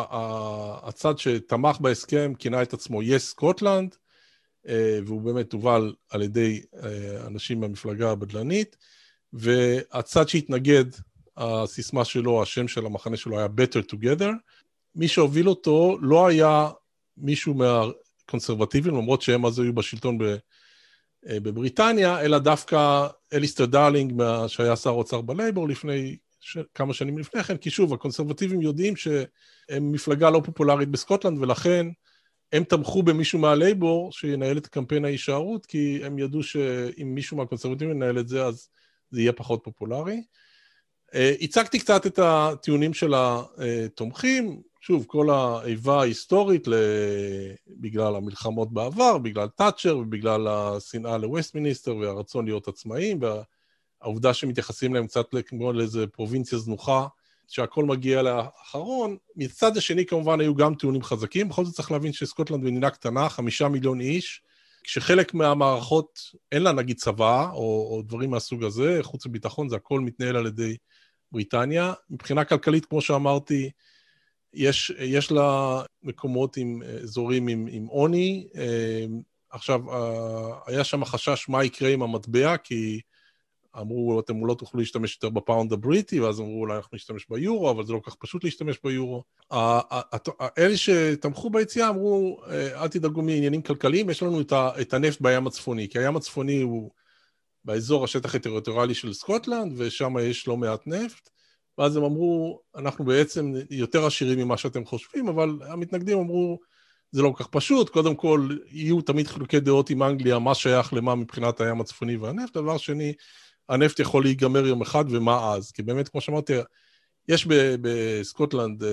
הצד שתמך בהסכם, כינה את עצמו Yes Scotland, והוא באמת הובל על ידי אנשים מהמפלגה הבדלנית, והצד שהתנגד, הסיסמה שלו, השם של המחנה שלו היה Better Together, מי שהוביל אותו לא היה מישהו מהקונסרבטיבים, למרות שהם אז היו בשלטון ב... בבריטניה, אלא דווקא אליסטר דארלינג, שהיה שר אוצר בלייבור לפני ש... כמה שנים לפני כן, כי שוב, הקונסרבטיבים יודעים שהם מפלגה לא פופולרית בסקוטלנד, ולכן הם תמכו במישהו מהלייבור שינהל את קמפיין ההישארות, כי הם ידעו שאם מישהו מהקונסרבטיבים ינהל את זה, אז זה יהיה פחות פופולרי. הצגתי קצת את הטיעונים של התומכים, שוב, כל האיבה ההיסטורית בגלל המלחמות בעבר, בגלל טאצ'ר ובגלל השנאה לווסטמיניסטר והרצון להיות עצמאים, והעובדה שמתייחסים להם קצת כמו לאיזו פרובינציה זנוחה, שהכל מגיע לאחרון. מצד השני כמובן היו גם טיעונים חזקים, בכל זאת צריך להבין שסקוטלנד מדינה קטנה, חמישה מיליון איש, כשחלק מהמערכות אין לה נגיד צבא או, או דברים מהסוג הזה, חוץ וביטחון זה הכל מתנהל על ידי בריטניה. מבחינה כלכלית, כמו שאמרתי, יש, יש לה מקומות עם אזורים עם, עם עוני. עכשיו, היה שם חשש מה יקרה עם המטבע, כי אמרו, אתם לא תוכלו להשתמש יותר בפאונד הבריטי, ואז אמרו, אולי אנחנו נשתמש ביורו, אבל זה לא כך פשוט להשתמש ביורו. אלה שתמכו ביציאה אמרו, אל תדאגו מעניינים כלכליים, יש לנו את הנפט בים הצפוני, כי הים הצפוני הוא באזור השטח הטריטוריאלי של סקוטלנד, ושם יש לא מעט נפט, ואז הם אמרו, אנחנו בעצם יותר עשירים ממה שאתם חושבים, אבל המתנגדים אמרו, זה לא כל כך פשוט, קודם כל יהיו תמיד חילוקי דעות עם אנגליה, מה שייך למה מבחינת הים הצפוני והנפט, דבר שני, הנפט יכול להיגמר יום אחד, ומה אז? כי באמת, כמו שאמרתי, יש בסקוטלנד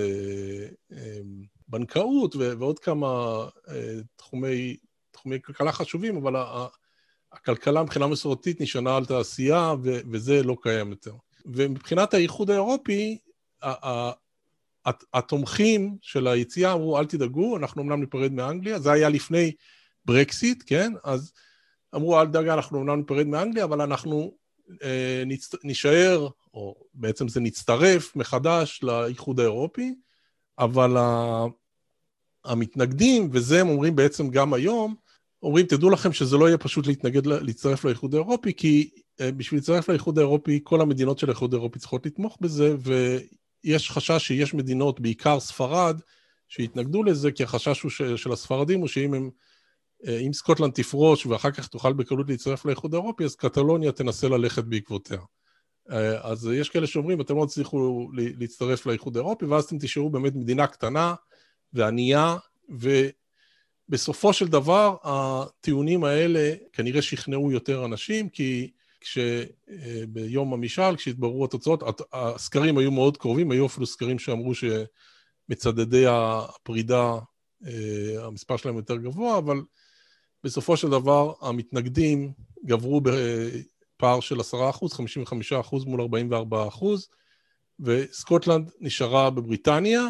בנקאות ועוד כמה תחומי, תחומי כלכלה חשובים, אבל הכלכלה מבחינה מסורתית נשענה על תעשייה, וזה לא קיים יותר. ומבחינת האיחוד האירופי, התומכים של היציאה אמרו, אל תדאגו, אנחנו אמנם ניפרד מאנגליה, זה היה לפני ברקסיט, כן? אז אמרו, אל דאגה, אנחנו אמנם ניפרד מאנגליה, אבל אנחנו אה, נצ... נשאר, או בעצם זה נצטרף מחדש לאיחוד האירופי, אבל ה... המתנגדים, וזה הם אומרים בעצם גם היום, אומרים, תדעו לכם שזה לא יהיה פשוט להתנגד, להצטרף לאיחוד האירופי, כי אה, בשביל להצטרף לאיחוד האירופי, כל המדינות של האיחוד האירופי צריכות לתמוך בזה, ו... יש חשש שיש מדינות, בעיקר ספרד, שהתנגדו לזה, כי החשש הוא של הספרדים הוא שאם הם, אם סקוטלנד תפרוש ואחר כך תוכל בקלות להצטרף לאיחוד האירופי, אז קטלוניה תנסה ללכת בעקבותיה. אז יש כאלה שאומרים, אתם לא תצליחו להצטרף לאיחוד האירופי, ואז אתם תשארו באמת מדינה קטנה וענייה, ובסופו של דבר הטיעונים האלה כנראה שכנעו יותר אנשים, כי כשביום המשאל, כשהתבררו התוצאות, הסקרים היו מאוד קרובים, היו אפילו סקרים שאמרו שמצדדי הפרידה, המספר שלהם יותר גבוה, אבל בסופו של דבר המתנגדים גברו בפער של עשרה אחוז, חמישים וחמישה אחוז מול ארבעים וארבעה אחוז, וסקוטלנד נשארה בבריטניה,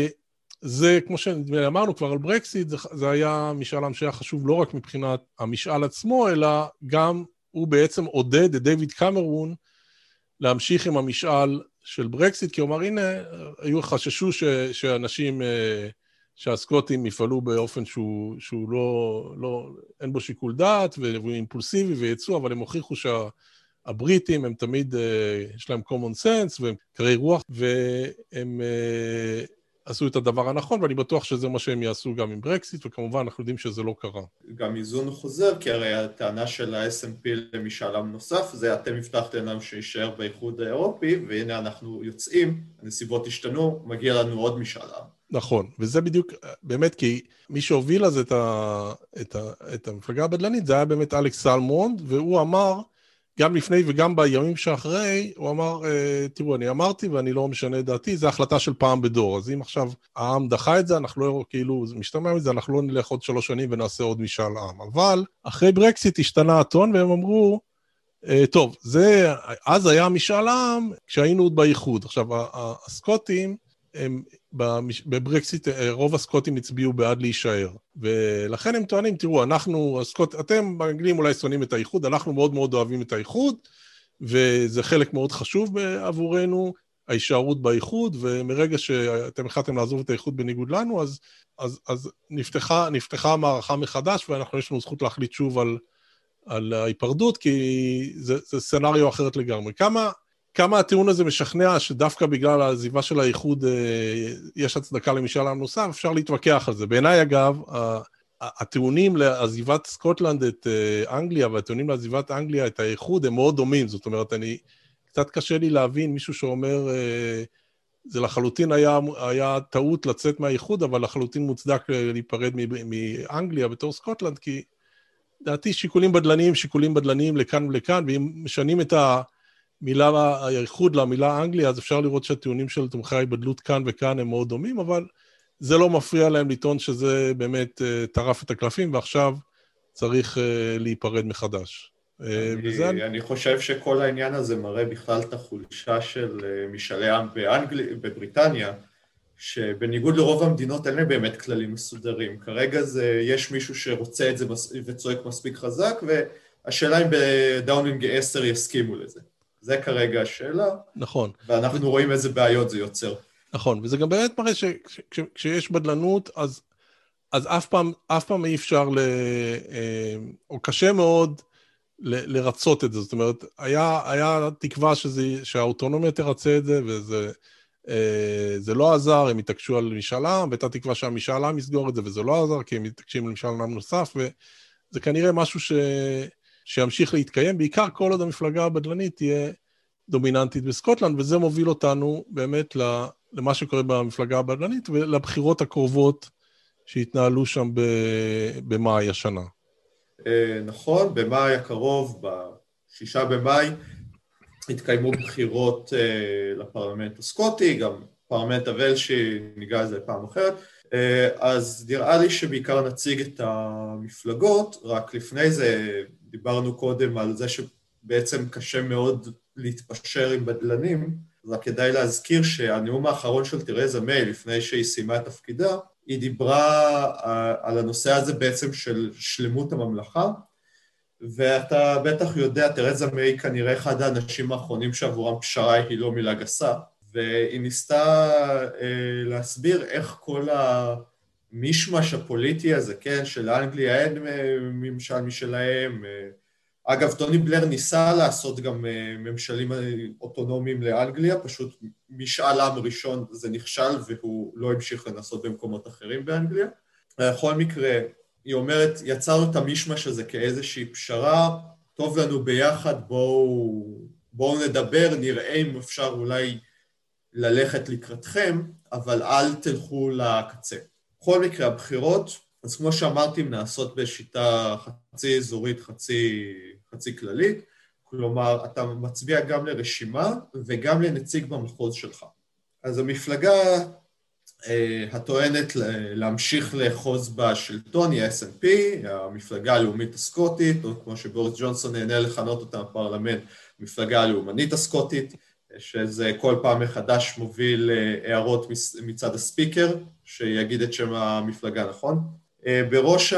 וזה, כמו שאמרנו כבר על ברקסיט, זה, זה היה משאל עם שהיה חשוב לא רק מבחינת המשאל עצמו, אלא גם הוא בעצם עודד את דיוויד קמרון להמשיך עם המשאל של ברקסיט, כי הוא אמר, הנה, היו חששו ש, שאנשים, שהסקוטים יפעלו באופן שהוא, שהוא לא, לא, אין בו שיקול דעת, והוא אימפולסיבי ויצוא, אבל הם הוכיחו שהבריטים הם תמיד, יש להם common sense, והם קרי רוח, והם עשו את הדבר הנכון, ואני בטוח שזה מה שהם יעשו גם עם ברקסיט, וכמובן אנחנו יודעים שזה לא קרה. גם איזון חוזר, כי הרי הטענה של ה-אס אנד פי למשאל עם נוסף, זה אתם הבטחתם לנו שישאר באיחוד האירופי, והנה אנחנו יוצאים, הנסיבות השתנו, מגיע לנו עוד משאל עם. נכון, וזה בדיוק, באמת, כי מי שהוביל אז את, ה, את, ה, את המפלגה הבדלנית, זה היה באמת אלכס סלמונד, והוא אמר, גם לפני וגם בימים שאחרי, הוא אמר, תראו, אני אמרתי ואני לא משנה את דעתי, זו החלטה של פעם בדור, אז אם עכשיו העם דחה את זה, אנחנו לא, כאילו, משתמע מזה, אנחנו לא נלך עוד שלוש שנים ונעשה עוד משאל עם, אבל אחרי ברקסיט השתנה הטון, והם אמרו, טוב, זה, אז היה משאל עם כשהיינו עוד באיחוד, עכשיו, הסקוטים, הם, בברקסיט, רוב הסקוטים הצביעו בעד להישאר, ולכן הם טוענים, תראו, אנחנו, הסקוט, אתם באנגלים אולי שונאים את האיחוד, אנחנו מאוד מאוד אוהבים את האיחוד, וזה חלק מאוד חשוב עבורנו, ההישארות באיחוד, ומרגע שאתם החלטתם לעזוב את האיחוד בניגוד לנו, אז, אז, אז נפתחה, נפתחה המערכה מחדש, ואנחנו יש לנו זכות להחליט שוב על, על ההיפרדות, כי זה, זה סצנריו אחרת לגמרי. כמה, כמה הטיעון הזה משכנע שדווקא בגלל העזיבה של האיחוד יש הצדקה למשאל עם נוסף, אפשר להתווכח על זה. בעיניי אגב, הטיעונים לעזיבת סקוטלנד את אנגליה, והטיעונים לעזיבת אנגליה את האיחוד הם מאוד דומים, זאת אומרת, אני, קצת קשה לי להבין מישהו שאומר, זה לחלוטין היה, היה טעות לצאת מהאיחוד, אבל לחלוטין מוצדק להיפרד מאנגליה בתור סקוטלנד, כי דעתי שיקולים בדלניים, שיקולים בדלניים לכאן ולכאן, ואם משנים את ה... מילה האיחוד למילה אנגליה, אז אפשר לראות שהטיעונים של תומכי ההיבדלות כאן וכאן הם מאוד דומים, אבל זה לא מפריע להם לטעון שזה באמת טרף את הקלפים, ועכשיו צריך להיפרד מחדש. אני, וזה... אני חושב שכל העניין הזה מראה בכלל את החולשה של משאלי עם באנגל... בבריטניה, שבניגוד לרוב המדינות אין להם באמת כללים מסודרים. כרגע זה, יש מישהו שרוצה את זה וצועק מספיק חזק, והשאלה אם בדאונינג עשר יסכימו לזה. זה כרגע השאלה. נכון. ואנחנו ו... רואים איזה בעיות זה יוצר. נכון, וזה גם באמת מראה שכשיש בדלנות, אז, אז אף פעם, אף פעם אי אפשר ל... או קשה מאוד ל- לרצות את זה. זאת אומרת, היה, היה תקווה שזה, שהאוטונומיה תרצה את זה, וזה אה, זה לא עזר, הם התעקשו על משאל עם, והייתה תקווה שהמשאל עם יסגור את זה, וזה לא עזר, כי הם מתעקשים על משאל עם נוסף, וזה כנראה משהו ש... שימשיך להתקיים, בעיקר כל עוד המפלגה הבדלנית תהיה דומיננטית בסקוטלנד, וזה מוביל אותנו באמת למה שקורה במפלגה הבדלנית, ולבחירות הקרובות שהתנהלו שם במאי השנה. נכון, במאי הקרוב, בשישה במאי, התקיימו בחירות לפרלמנט הסקוטי, גם פרלמנט הוולשי, ניגע על זה פעם אחרת, אז נראה לי שבעיקר נציג את המפלגות, רק לפני זה דיברנו קודם על זה שבעצם קשה מאוד להתפשר עם בדלנים, רק כדאי להזכיר שהנאום האחרון של תרזה מיי, לפני שהיא סיימה את תפקידה, היא דיברה על הנושא הזה בעצם של שלמות הממלכה, ואתה בטח יודע, תרזה מיי כנראה אחד האנשים האחרונים שעבורם פשרה היא לא מילה גסה, והיא ניסתה אה, להסביר איך כל המשמש הפוליטי הזה, כן, שלאנגליה אין ממשל משלהם, אה, אגב, טוני בלר ניסה לעשות גם אה, ממשלים אוטונומיים לאנגליה, פשוט משאל עם ראשון זה נכשל, והוא לא המשיך לנסות במקומות אחרים באנגליה. בכל מקרה, היא אומרת, יצרנו את המשמש הזה כאיזושהי פשרה, טוב לנו ביחד, בואו, בואו נדבר, נראה אם אפשר אולי ללכת לקראתכם, אבל אל תלכו לקצה. בכל מקרה, הבחירות, אז כמו שאמרתי, נעשות בשיטה חצי אזורית, חצי, חצי כללית, כלומר, אתה מצביע גם לרשימה וגם לנציג במחוז שלך. אז המפלגה הטוענת להמשיך לאחוז בשלטון היא אס אנד פי, המפלגה הלאומית הסקוטית, או כמו שבוריס ג'ונסון נהנה לכנות אותה בפרלמנט, המפלגה הלאומנית הסקוטית, שזה כל פעם מחדש מוביל הערות מצד הספיקר, שיגיד את שם המפלגה נכון. בראש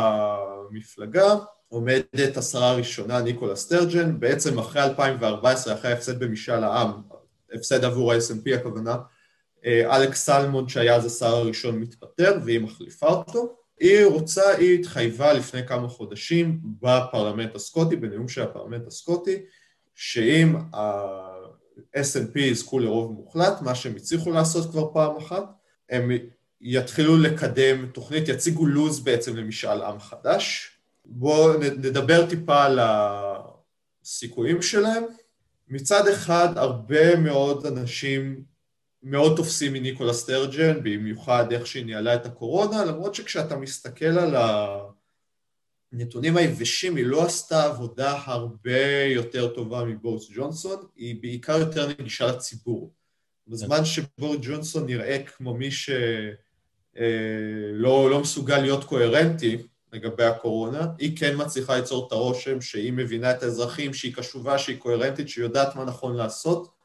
המפלגה עומדת השרה הראשונה ניקולה סטרג'ן, בעצם אחרי אלפיים וארבע עשרה, אחרי ההפסד במשאל העם, הפסד עבור ה-אס אנד פי הכוונה, אלכס סלמון שהיה אז השר הראשון מתפטר והיא מחליפה אותו. היא רוצה, היא התחייבה לפני כמה חודשים בפרלמנט הסקוטי, בנאום של הפרלמנט הסקוטי, שאם ה-אס אנד פי יזכו לרוב מוחלט, מה שהם הצליחו לעשות כבר פעם אחת, הם יתחילו לקדם תוכנית, יציגו לוז בעצם למשאל עם חדש. בואו נדבר טיפה על הסיכויים שלהם. מצד אחד, הרבה מאוד אנשים מאוד תופסים מניקולה סטרג'ן, במיוחד איך שהיא ניהלה את הקורונה, למרות שכשאתה מסתכל על הנתונים היבשים, היא לא עשתה עבודה הרבה יותר טובה מבוריס ג'ונסון, היא בעיקר יותר נגישה לציבור. בזמן שבוריס ג'ונסון נראה כמו מי שלא לא מסוגל להיות קוהרנטי לגבי הקורונה, היא כן מצליחה ליצור את הרושם שהיא מבינה את האזרחים, שהיא קשובה, שהיא קוהרנטית, שהיא יודעת מה נכון לעשות,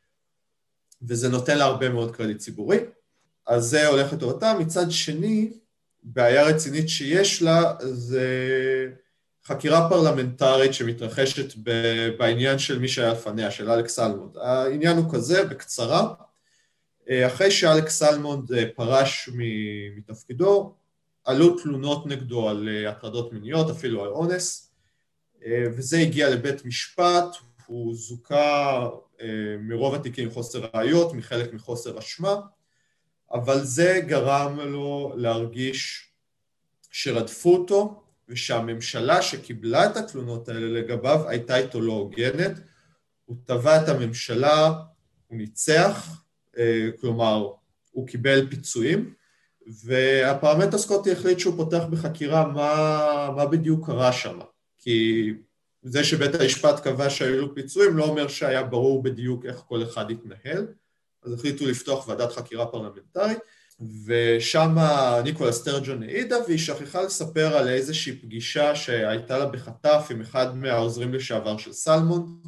וזה נותן לה הרבה מאוד קרדיט ציבורי. אז זה הולך לטובתה. מצד שני, בעיה רצינית שיש לה, זה חקירה פרלמנטרית שמתרחשת בעניין של מי שהיה לפניה, של אלכס סלמונד. העניין הוא כזה, בקצרה, אחרי שאלכס סלמונד פרש מתפקידו, עלו תלונות נגדו על הטרדות מיניות, אפילו על אונס, וזה הגיע לבית משפט, הוא זוכה מרוב התיקים חוסר ראיות, מחלק מחוסר אשמה, אבל זה גרם לו להרגיש שרדפו אותו, ושהממשלה שקיבלה את התלונות האלה לגביו הייתה איתו לא הוגנת, הוא תבע את הממשלה, הוא ניצח, כלומר, הוא קיבל פיצויים, והפרלמנט הסקוטי החליט שהוא פותח בחקירה מה, מה בדיוק קרה שם, כי זה שבית המשפט קבע שהיו לו פיצויים לא אומר שהיה ברור בדיוק איך כל אחד יתנהל, אז החליטו לפתוח ועדת חקירה פרלמנטרית, ושם ניקולה סטרג'ן העידה, והיא שכחה לספר על איזושהי פגישה שהייתה לה בחטף עם אחד מהעוזרים לשעבר של סלמון,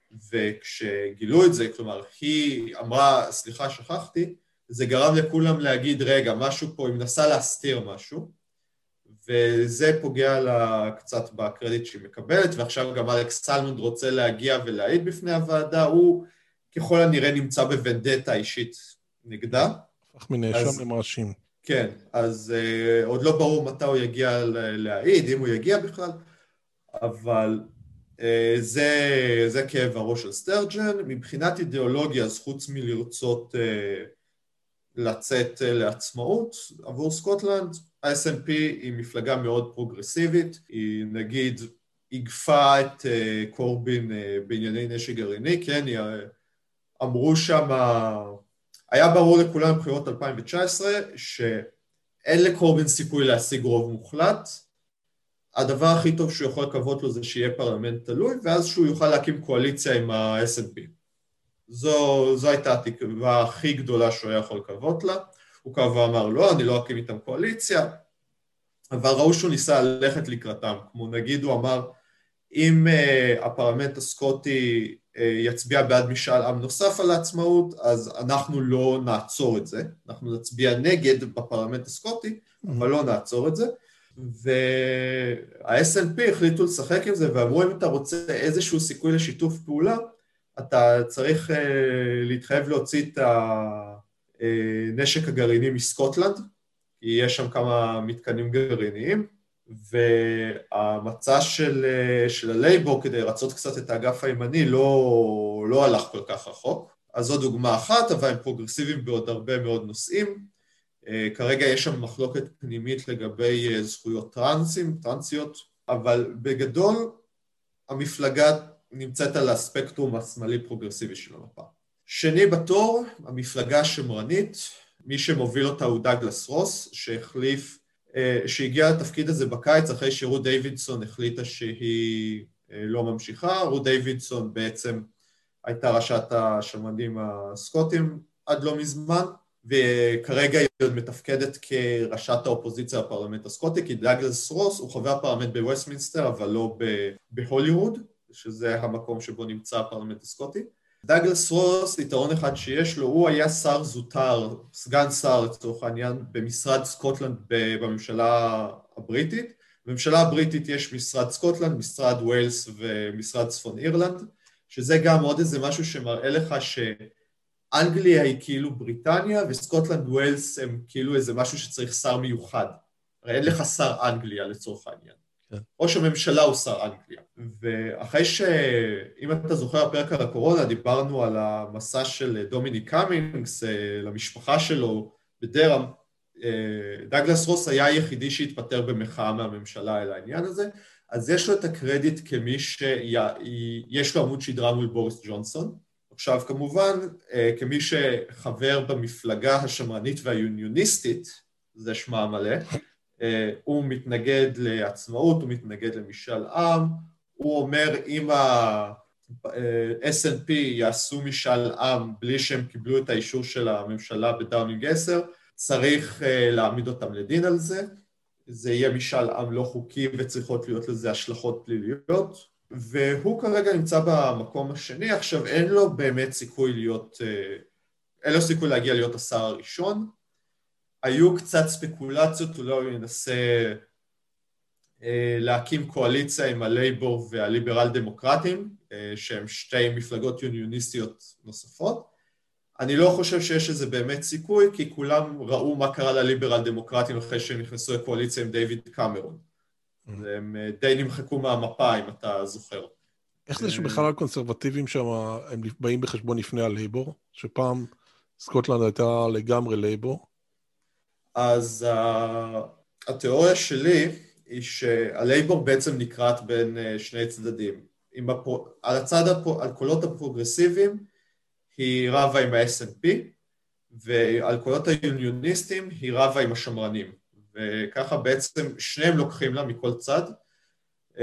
וכשגילו את זה, כלומר, היא אמרה, סליחה, שכחתי, זה גרם לכולם להגיד, רגע, משהו פה, היא מנסה להסתיר משהו, וזה פוגע לה קצת בקרדיט שהיא מקבלת, ועכשיו גם אלכס סלמונד רוצה להגיע ולהעיד בפני הוועדה, הוא ככל הנראה נמצא בוונדטה אישית נגדה. אך מנאשם למאשים. כן, אז uh, עוד לא ברור מתי הוא יגיע להעיד, אם הוא יגיע בכלל, אבל זה, זה כאב הראש של סטרג'ן. מבחינת אידיאולוגיה, אז חוץ מלרצות לצאת לעצמאות עבור סקוטלנד, ה-אס אן פי היא מפלגה מאוד פרוגרסיבית, היא נגיד הגפה את קורבין בענייני נשק גרעיני, כן, היא אמרו שם, היה ברור לכולם בבחירות אלפיים תשע עשרה שאין לקורבין סיכוי להשיג רוב מוחלט, הדבר הכי טוב שהוא יכול לקוות לו זה שיהיה פרלמנט תלוי, ואז שהוא יוכל להקים קואליציה עם ה-אס אן פי. זו, זו הייתה התקווה הכי גדולה שהוא היה יכול לקוות לה, הוא כבר אמר לא, אני לא אקים איתם קואליציה, אבל ראו שהוא ניסה ללכת לקראתם, כמו נגיד הוא אמר, אם uh, הפרלמנט הסקוטי uh, יצביע בעד משאל עם נוסף על העצמאות, אז אנחנו לא נעצור את זה, אנחנו נצביע נגד בפרלמנט הסקוטי, mm-hmm. אבל לא נעצור את זה, וה-אס אן פי החליטו לשחק עם זה, ואמרו אם אתה רוצה איזשהו סיכוי לשיתוף פעולה, אתה צריך uh, להתחייב להוציא את הנשק הגרעיני מסקוטלנד, כי יש שם כמה מתקנים גרעיניים, והמצע של, של הלייבור כדי לרצות קצת את האגף הימני לא, לא הלך כל כך רחוק. אז זו דוגמה אחת, אבל הם פרוגרסיביים בעוד הרבה מאוד נושאים. כרגע יש שם מחלוקת פנימית לגבי זכויות טרנסים, טרנסיות, אבל בגדול המפלגה נמצאת על הספקטרום השמאלי פרוגרסיבי של המפה. שני בתור, המפלגה השמרנית, מי שמוביל אותה הוא דאגלס רוס, שהחליף, שהגיע לתפקיד הזה בקיץ, אחרי שרות דיווידסון החליטה שהיא לא ממשיכה. רות דיווידסון בעצם הייתה ראשת השמרנים הסקוטים עד לא מזמן, וכרגע היא עוד מתפקדת כראשת האופוזיציה בפרלמנט הסקוטי, כי דאגלס רוס הוא חבר פרלמנט בווסטמינסטר, אבל לא בהוליווד, שזה המקום שבו נמצא הפרלמנט הסקוטי. דאגלס רוס, יתרון אחד שיש לו, הוא היה שר זוטר, סגן שר לצורך העניין, במשרד סקוטלנד בממשלה הבריטית. בממשלה הבריטית יש משרד סקוטלנד, משרד ווילס ומשרד צפון אירלנד, שזה גם עוד איזה משהו שמראה לך שאנגליה היא כאילו בריטניה, וסקוטלנד ווילס הם כאילו איזה משהו שצריך שר מיוחד. הרי אין לך שר אנגליה לצורך העניין. ראש הממשלה הוא שר אנגליה, ואחרי שאם אתה זוכר הפרק על הקורונה, דיברנו על המסע של דומיניק קאמינגס למשפחה שלו בדרהאם, דאגלס רוס היה היחידי שהתפטר במחאה מהממשלה אל העניין הזה, אז יש לו את הקרדיט כמי שיש לו עמוד שדרה מול בוריס ג'ונסון. עכשיו כמובן, כמי שחבר במפלגה השמרנית והיוניוניסטית, זה שמה מלא, הוא מתנגד לעצמאות, הוא מתנגד למשאל עם, הוא אומר אם ה-אס אן פי יעשו משאל עם בלי שהם קיבלו את האישור של הממשלה בדאונינג עשר, צריך להעמיד אותם לדין על זה, זה יהיה משאל עם לא חוקי וצריכות להיות לזה השלכות פליליות, והוא כרגע נמצא במקום השני, עכשיו אין לו באמת סיכוי להיות, אין לו סיכוי להגיע להיות השר הראשון, היו קצת ספקולציות, אולי הוא ינסה להקים קואליציה עם הלייבור והליברל דמוקרטים, שהם שתי מפלגות יוניוניסטיות נוספות. אני לא חושב שיש איזה באמת סיכוי, כי כולם ראו מה קרה לליברל דמוקרטים אחרי שהם נכנסו לקואליציה עם דיוויד קמרון. הם די נמחקו מהמפה, אם אתה זוכר. איך זה שבכלל הקונסרבטיבים שם, הם באים בחשבון לפני הלייבור? שפעם סקוטלנד הייתה לגמרי לייבור? אז uh, התיאוריה שלי היא שהלייבור בעצם נקראת בין uh, שני צדדים. הפו... על הצד, הפו... על קולות הפרוגרסיביים היא רבה עם ה-אס אן פי, ועל קולות היוניוניסטים היא רבה עם השמרנים. וככה בעצם שניהם לוקחים לה מכל צד. Uh,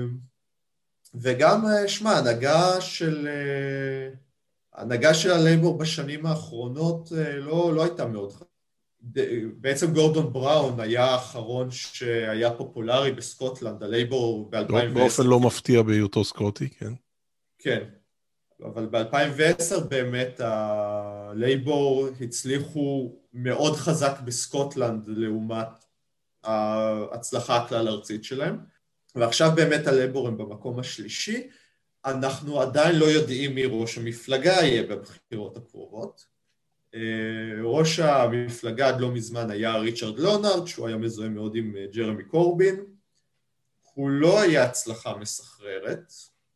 וגם, uh, שמה, הנהגה של... Uh, הנהגה של הלייבור בשנים האחרונות uh, לא, לא הייתה מאוד חשובה. בעצם גורדון בראון היה האחרון שהיה פופולרי בסקוטלנד, הלייבור ב-אלפיים ועשר. באופן לא מפתיע בהיותו סקוטי, כן. כן, אבל ב-אלפיים ועשר באמת הלייבור הצליחו מאוד חזק בסקוטלנד לעומת ההצלחה הכלל ארצית שלהם, ועכשיו באמת הלייבור הם במקום השלישי, אנחנו עדיין לא יודעים מי ראש המפלגה יהיה בבחירות הקרובות, ראש המפלגה עד לא מזמן היה ריצ'רד לונארד, שהוא היה מזוהה מאוד עם ג'רמי קורבין, הוא לא היה הצלחה מסחררת,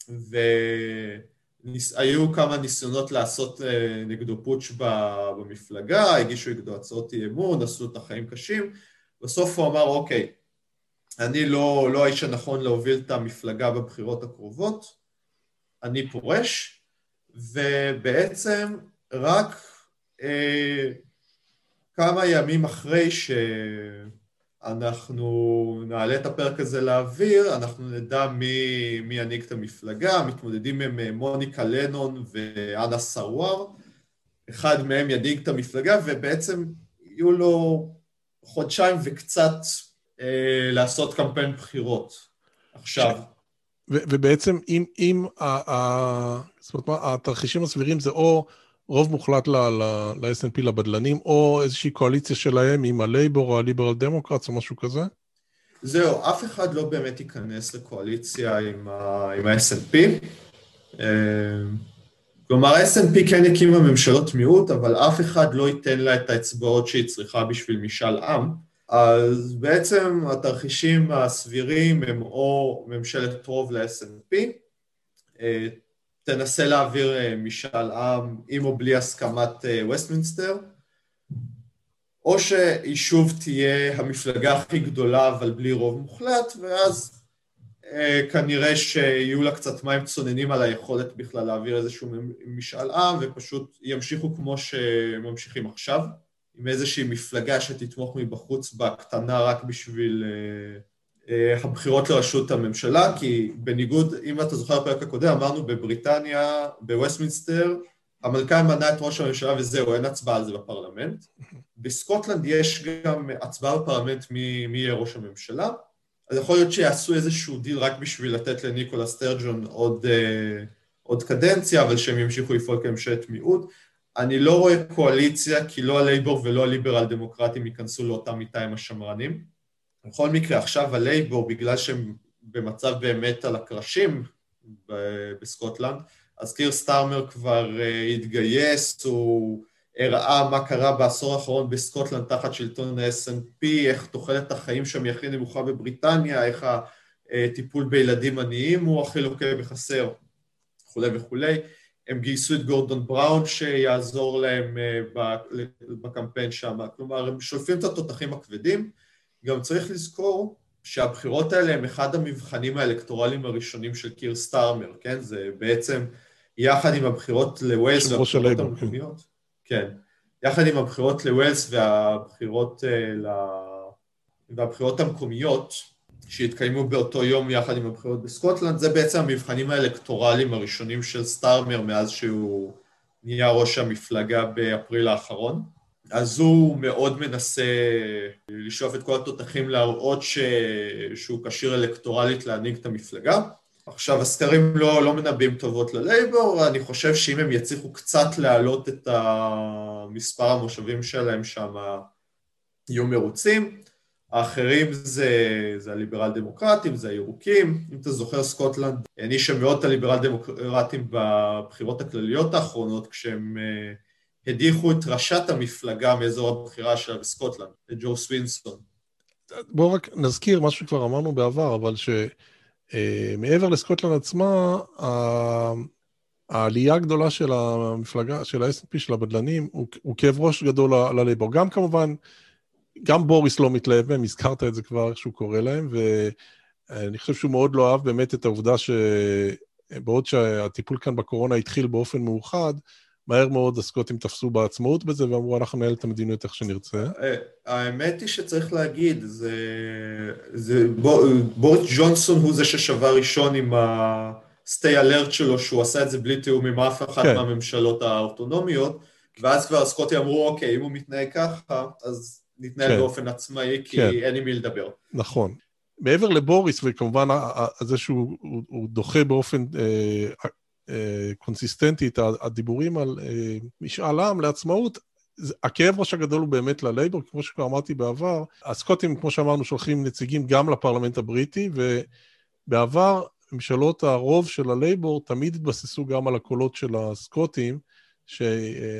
והיו כמה ניסיונות לעשות נגדו פוטש במפלגה, הגישו נגדו הצעות אי אמון, עשו את החיים קשים, בסוף הוא אמר, אוקיי, אני לא, לא האיש הנכון להוביל את המפלגה בבחירות הקרובות, אני פורש, ובעצם רק אה, כמה ימים אחרי שאנחנו נעלה את הפרק הזה לאוויר, אנחנו נדע מי, מי ינהיג את המפלגה, מתמודדים עם מוניקה לנון ואנה סרוואר, אחד מהם ינהיג את המפלגה, ובעצם יהיו לו חודשיים וקצת אה, לעשות קמפיין בחירות. עכשיו... ו- ובעצם אם, אם ה- ה- זאת אומרת, התרחישים הסבירים זה או רוב מוחלט ל-אס אנד פי לבדלנים, או איזושהי קואליציה שלהם עם הלייבור או הליברל דמוקרטס או משהו כזה? זהו, אף אחד לא באמת ייכנס לקואליציה עם ה-אס אנד פי. כלומר, ה-אס אנד פי כן הקימה ממשלות מיעוט, אבל אף אחד לא ייתן לה את האצבעות שהיא צריכה בשביל משאל עם. אז בעצם התרחישים הסבירים הם או ממשלת רוב ל-אס אנד פי, תנסה להעביר משאל עם עם או בלי הסכמת וסטמינסטר, או שהיא שוב תהיה המפלגה הכי גדולה אבל בלי רוב מוחלט, ואז כנראה שיהיו לה קצת מים צוננים על היכולת בכלל להעביר איזשהו משאל עם, ופשוט ימשיכו כמו שממשיכים עכשיו, עם איזושהי מפלגה שתתמוך מבחוץ בקטנה רק בשביל הבחירות לראשות הממשלה, כי בניגוד, אם אתה זוכר בפרק הקודם, אמרנו בבריטניה, בווסטמינסטר, המלכה מנה את ראש הממשלה וזהו, אין הצבעה על זה בפרלמנט. בסקוטלנד יש גם הצבעה בפרלמנט מי, מי יהיה ראש הממשלה, אז יכול להיות שיעשו איזשהו דיל רק בשביל לתת לניקולה סטרג'ון עוד, עוד קדנציה, אבל שהם ימשיכו לפעול כממשלת מיעוט. אני לא רואה קואליציה, כי לא הלייבור ולא הליברל דמוקרטים ייכנסו לאותם מיטה עם השמרנים. בכל מקרה, עכשיו הלייבור, בגלל שהם במצב באמת על הקרשים בסקוטלנד, אז קיר סטארמר כבר התגייס, הוא הראה מה קרה בעשור האחרון בסקוטלנד תחת שלטון ה-אס אנד פי, איך תוחלת החיים שם היא הכי נמוכה בבריטניה, איך הטיפול בילדים עניים הוא הכי לוקה בחסר, וכו' וכו'. הם גייסו את גורדון בראון שיעזור להם בקמפיין שם, כלומר הם שולפים את התותחים הכבדים. גם צריך לזכור שהבחירות האלה הם אחד המבחנים האלקטורליים הראשונים של קיר סטארמר, כן? זה בעצם יחד עם הבחירות לווילס והבחירות המקומיות. כן. יחד עם הבחירות לווילס והבחירות, והבחירות המקומיות שהתקיימו באותו יום יחד עם הבחירות בסקוטלנד, זה בעצם המבחנים האלקטורליים הראשונים של סטארמר מאז שהוא נהיה ראש המפלגה באפריל האחרון. אז הוא מאוד מנסה לשאוף את כל התותחים להראות ש... שהוא קשיר אלקטורלית להנהיג את המפלגה. עכשיו, הסקרים לא, לא מנבאים טובות ללייבור, אני חושב שאם הם יצליחו קצת להעלות את המספר המושבים שלהם שם, יהיו מרוצים. האחרים זה, זה הליברל דמוקרטים, זה הירוקים. אם אתה זוכר, סקוטלנד הענישה מאוד את הליברל דמוקרטים בבחירות הכלליות האחרונות, כשהם הדיחו את ראשת המפלגה מאזור הבחירה שלה בסקוטלנד, את ג'ו סווינסון. בואו רק נזכיר מה שכבר אמרנו בעבר, אבל שמעבר לסקוטלנד עצמה, העלייה הגדולה של המפלגה, של ה-אס אנד פי, של הבדלנים, הוא, הוא כאב ראש גדול ללייבור. גם כמובן, גם בוריס לא מתלהב מהם, הזכרת את זה כבר, איך שהוא קורא להם, ואני חושב שהוא מאוד לא אהב באמת את העובדה שבעוד שהטיפול כאן בקורונה התחיל באופן מאוחד, מהר מאוד הסקוטים תפסו בעצמאות בזה, ואמרו, אנחנו נהל את המדיניות איך שנרצה. האמת היא שצריך להגיד, זה, זה, בוריס ג'ונסון הוא זה ששבר ראשון עם ה-stay alert שלו, שהוא עשה את זה בלי תיאום עם אף אחת כן. מהממשלות האוטונומיות, ואז כבר הסקוטים אמרו, אוקיי, אם הוא מתנהג ככה, אז נתנהל כן. באופן עצמאי, כי כן. אין עם מי לדבר. נכון. מעבר לבוריס, וכמובן זה שהוא הוא דוחה באופן אה, קונסיסטנטי את הדיבורים על משאל עם לעצמאות, הכאב ראש הגדול הוא באמת ללייבור, כמו שכבר אמרתי בעבר, הסקוטים, כמו שאמרנו, שולחים נציגים גם לפרלמנט הבריטי, ובעבר ממשלות הרוב של הלייבור תמיד התבססו גם על הקולות של הסקוטים,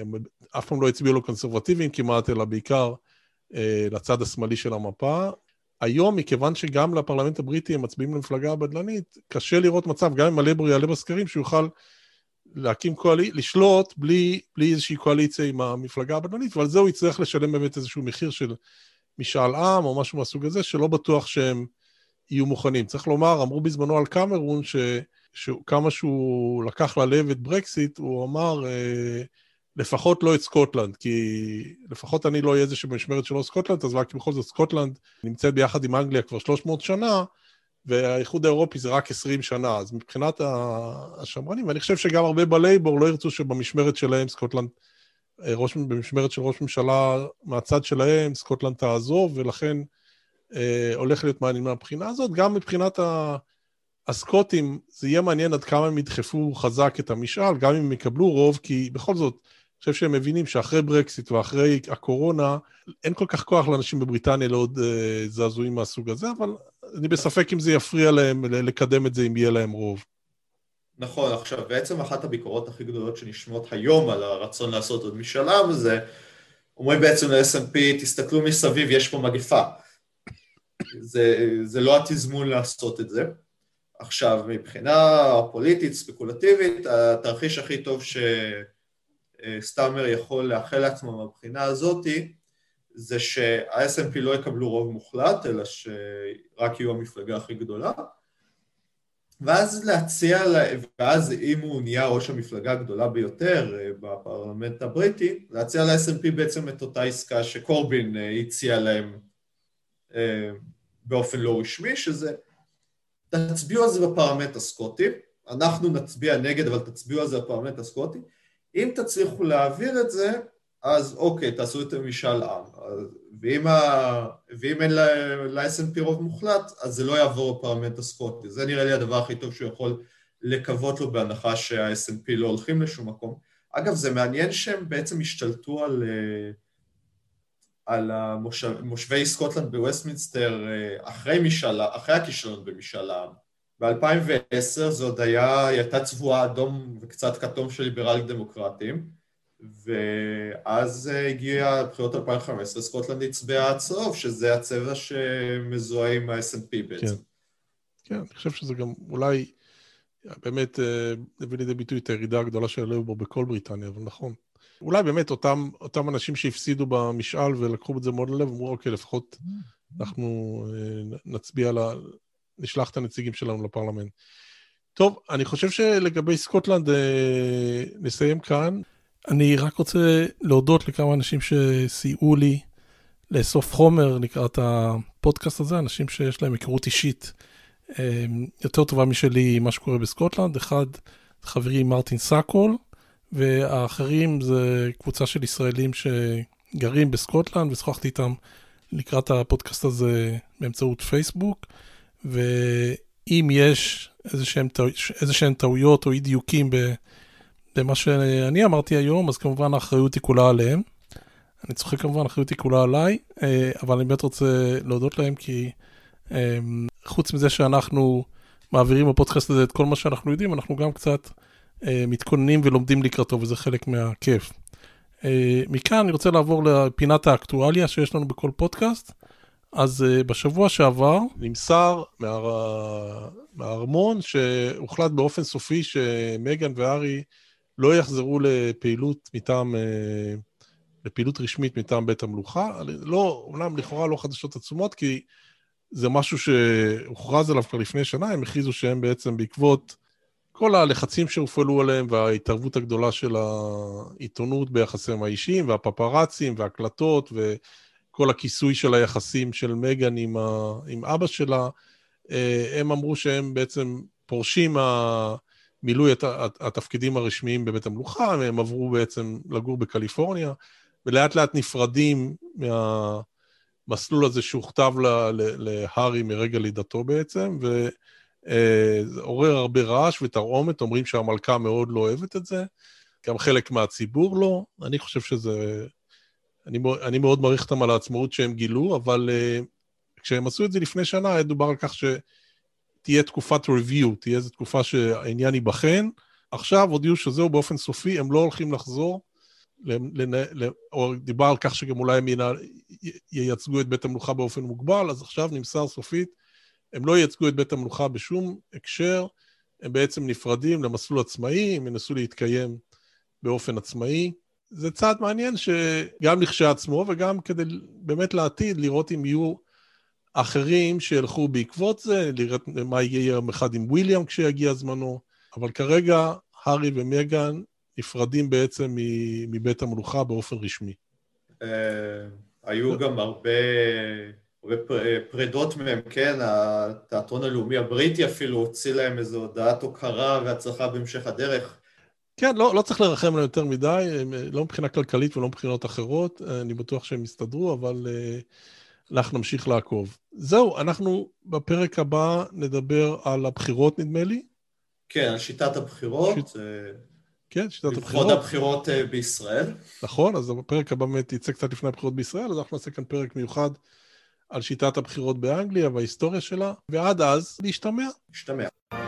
שאף פעם לא הצביעו לו קונסרבטיביים כמעט, אלא בעיקר לצד השמאלי של המפה, היום, מכיוון שגם לפרלמנט הבריטי הם מצביעים למפלגה הבדלנית, קשה לראות מצב, גם אם הלייבור יעלה בסקרים, שהוא יוכל להקים קואליציה, לשלוט בלי, בלי איזושהי קואליציה עם המפלגה הבדלנית, ועל זה הוא יצטרך לשלם באמת איזשהו מחיר של משאל עם, או משהו מהסוג הזה, שלא בטוח שהם יהיו מוכנים. צריך לומר, אמרו בזמנו על קמרון, ש, שכמה שהוא לקח ללב את ברקסיט, הוא אמר, אה, לפחות לא את סקוטלנד, כי לפחות אני לא אהיה איזה שבמשמרת שלו סקוטלנד, אז רק בכל זאת סקוטלנד נמצאת ביחד עם אנגליה כבר שלוש מאות שנה, והאיחוד האירופי זה רק עשרים שנה, אז מבחינת השמרנים, ואני חושב שגם הרבה בלייבור לא ירצו שבמשמרת שלהם סקוטלנד, ראש, במשמרת של ראש ממשלה מהצד שלהם, סקוטלנד תעזוב, ולכן אה, הולך להיות מעניין מהבחינה הזאת, גם מבחינת ה... הסקוטים, זה יהיה מעניין עד כמה הם ידחפו חזק את המשאל, גם אם הם יקבלו רוב, כי בכל זאת, אני חושב שהם מבינים שאחרי ברקסיט ואחרי הקורונה, אין כל כך כוח לאנשים בבריטניה לעוד אה, זעזועים מהסוג הזה, אבל אני בספק אם זה יפריע להם לקדם את זה, אם יהיה להם רוב. נכון, עכשיו, בעצם אחת הביקורות הכי גדולות שנשמעות היום על הרצון לעשות עוד משאל, זה, אומרים בעצם ל-אס אנד פי, תסתכלו מסביב, יש פה מגפה. זה, זה לא התזמון לעשות את זה. עכשיו, מבחינה פוליטית, ספקולטיבית, התרחיש הכי טוב שסטארמר יכול לאחל לעצמו מבחינה הזאת, זה שה-אס אנד פי לא יקבלו רוב מוחלט, אלא שרק יהיו המפלגה הכי גדולה, ואז להציע, ואז אם הוא נהיה ראש המפלגה הגדולה ביותר בפרלמנט הבריטי, להציע ל-אס אנד פי בעצם את אותה עסקה שקורבין הציע להם באופן לא רשמי, שזה תצביעו על זה בפרלמנט הסקוטי, אנחנו נצביע נגד, אבל תצביעו על זה בפרלמנט הסקוטי, אם תצליחו להעביר את זה, אז אוקיי, תעשו את המשאל עם, ואם, ה... ואם אין ל-אס אנד פי רוב מוחלט, אז זה לא יעבור בפרלמנט הסקוטי, זה נראה לי הדבר הכי טוב שהוא יכול לקוות לו, בהנחה שה-אס אנד פי לא הולכים לשום מקום. אגב, זה מעניין שהם בעצם השתלטו על... על מושבי סקוטלנד בווסטמינסטר אחרי משאל, אחרי הכישלון במשאל העם. ב-אלפיים ועשר זו עוד היה, הייתה צבועה אדום וקצת כתום של ליברלים דמוקרטיים, ואז הגיע הבחירות אלפיים וחמש עשרה, סקוטלנד הצביעה הצהוב, שזה הצבע שמזוהה עם ה-אס אנד פי בעצם. כן, כן, אני חושב שזה גם אולי באמת הביא לידי ביטוי את הירידה הגדולה של הלייבור בכל בריטניה, אבל נכון. אולי באמת אותם, אותם אנשים שהפסידו במשאל ולקחו את זה מאוד ללב, אמרו, אוקיי, לפחות אנחנו נצביע, לה, נשלח את הנציגים שלנו לפרלמנט. טוב, אני חושב שלגבי סקוטלנד נסיים כאן. אני רק רוצה להודות לכמה אנשים שסייעו לי לאסוף חומר לקראת הפודקאסט הזה, אנשים שיש להם היכרות אישית יותר טובה משלי מה שקורה בסקוטלנד. אחד, חברי מרטין סאקול, והאחרים זה קבוצה של ישראלים שגרים בסקוטלנד, ושוחחתי איתם לקראת הפודקאסט הזה באמצעות פייסבוק, ואם יש איזשהם טעויות או אי דיוקים במה שאני אמרתי היום, אז כמובן האחריות היא כולה עליהם. אני צוחק כמובן, האחריות היא כולה עליי, אבל אני באמת רוצה להודות להם, כי חוץ מזה שאנחנו מעבירים בפודקאסט הזה את כל מה שאנחנו יודעים, אנחנו גם קצת מתכוננים ולומדים לקראתו, וזה חלק מהכיף. מכאן אני רוצה לעבור לפינת האקטואליה שיש לנו בכל פודקאסט. אז בשבוע שעבר נמסר מהארמון שהוחלט באופן סופי שמגן והארי לא יחזרו לפעילות מטעם, לפעילות רשמית מטעם בית המלוכה. לא, אומנם לכאורה לא חדשות עצומות, כי זה משהו שהוכרז עליו כבר לפני שנה, הם הכריזו שהם בעצם בעקבות כל הלחצים שהופעלו עליהם, וההתערבות הגדולה של העיתונות ביחסים האישיים, והפפרצים, והקלטות, וכל הכיסוי של היחסים של מגן עם, ה... עם אבא שלה, הם אמרו שהם בעצם פורשים מילוי התפקידים הרשמיים בבית המלוכה, הם עברו בעצם לגור בקליפורניה, ולאט לאט נפרדים מהמסלול הזה שהוכתב להארי מרגע לידתו בעצם, ו... זה עורר הרבה רעש ותרעומת, אומרים שהמלכה מאוד לא אוהבת את זה, גם חלק מהציבור לא. אני חושב שזה, אני, אני מאוד מעריך אותם על העצמאות שהם גילו, אבל uh, כשהם עשו את זה לפני שנה, היה דובר על כך שתהיה תקופת review, תהיה איזו תקופה שהעניין ייבחן. עכשיו הודיעו שזהו באופן סופי, הם לא הולכים לחזור או דיבר על כך שגם אולי הם ייצגו את בית המלוכה באופן מוגבל, אז עכשיו נמסר סופית, הם לא ייצגו את בית המלוכה בשום הקשר, הם בעצם נפרדים למסלול עצמאי, הם ינסו להתקיים באופן עצמאי. זה צעד מעניין שגם לכשעצמו וגם כדי באמת לעתיד לראות אם יהיו אחרים שילכו בעקבות זה, לראות מה יהיה יום אחד עם וויליאם כשיגיע זמנו, אבל כרגע הארי ומגן נפרדים בעצם מבית המלוכה באופן רשמי. היו גם הרבה פרדות מהם, כן, התיאטרון הלאומי הבריטי אפילו הוציא להם איזו הודעת הוקרה והצלחה בהמשך הדרך. כן, לא, לא צריך לרחם עליהם יותר מדי, לא מבחינה כלכלית ולא מבחינות אחרות, אני בטוח שהם יסתדרו, אבל אנחנו נמשיך לעקוב. זהו, אנחנו בפרק הבא נדבר על הבחירות, נדמה לי. כן, על שיטת הבחירות. ש... כן, שיטת הבחירות. לכבוד הבחירות בישראל. נכון, אז בפרק הבא באמת יצא קצת לפני הבחירות בישראל, אז אנחנו נעשה כאן פרק מיוחד על שיטת הבחירות באנגליה וההיסטוריה שלה, ועד אז להשתמע. להשתמע.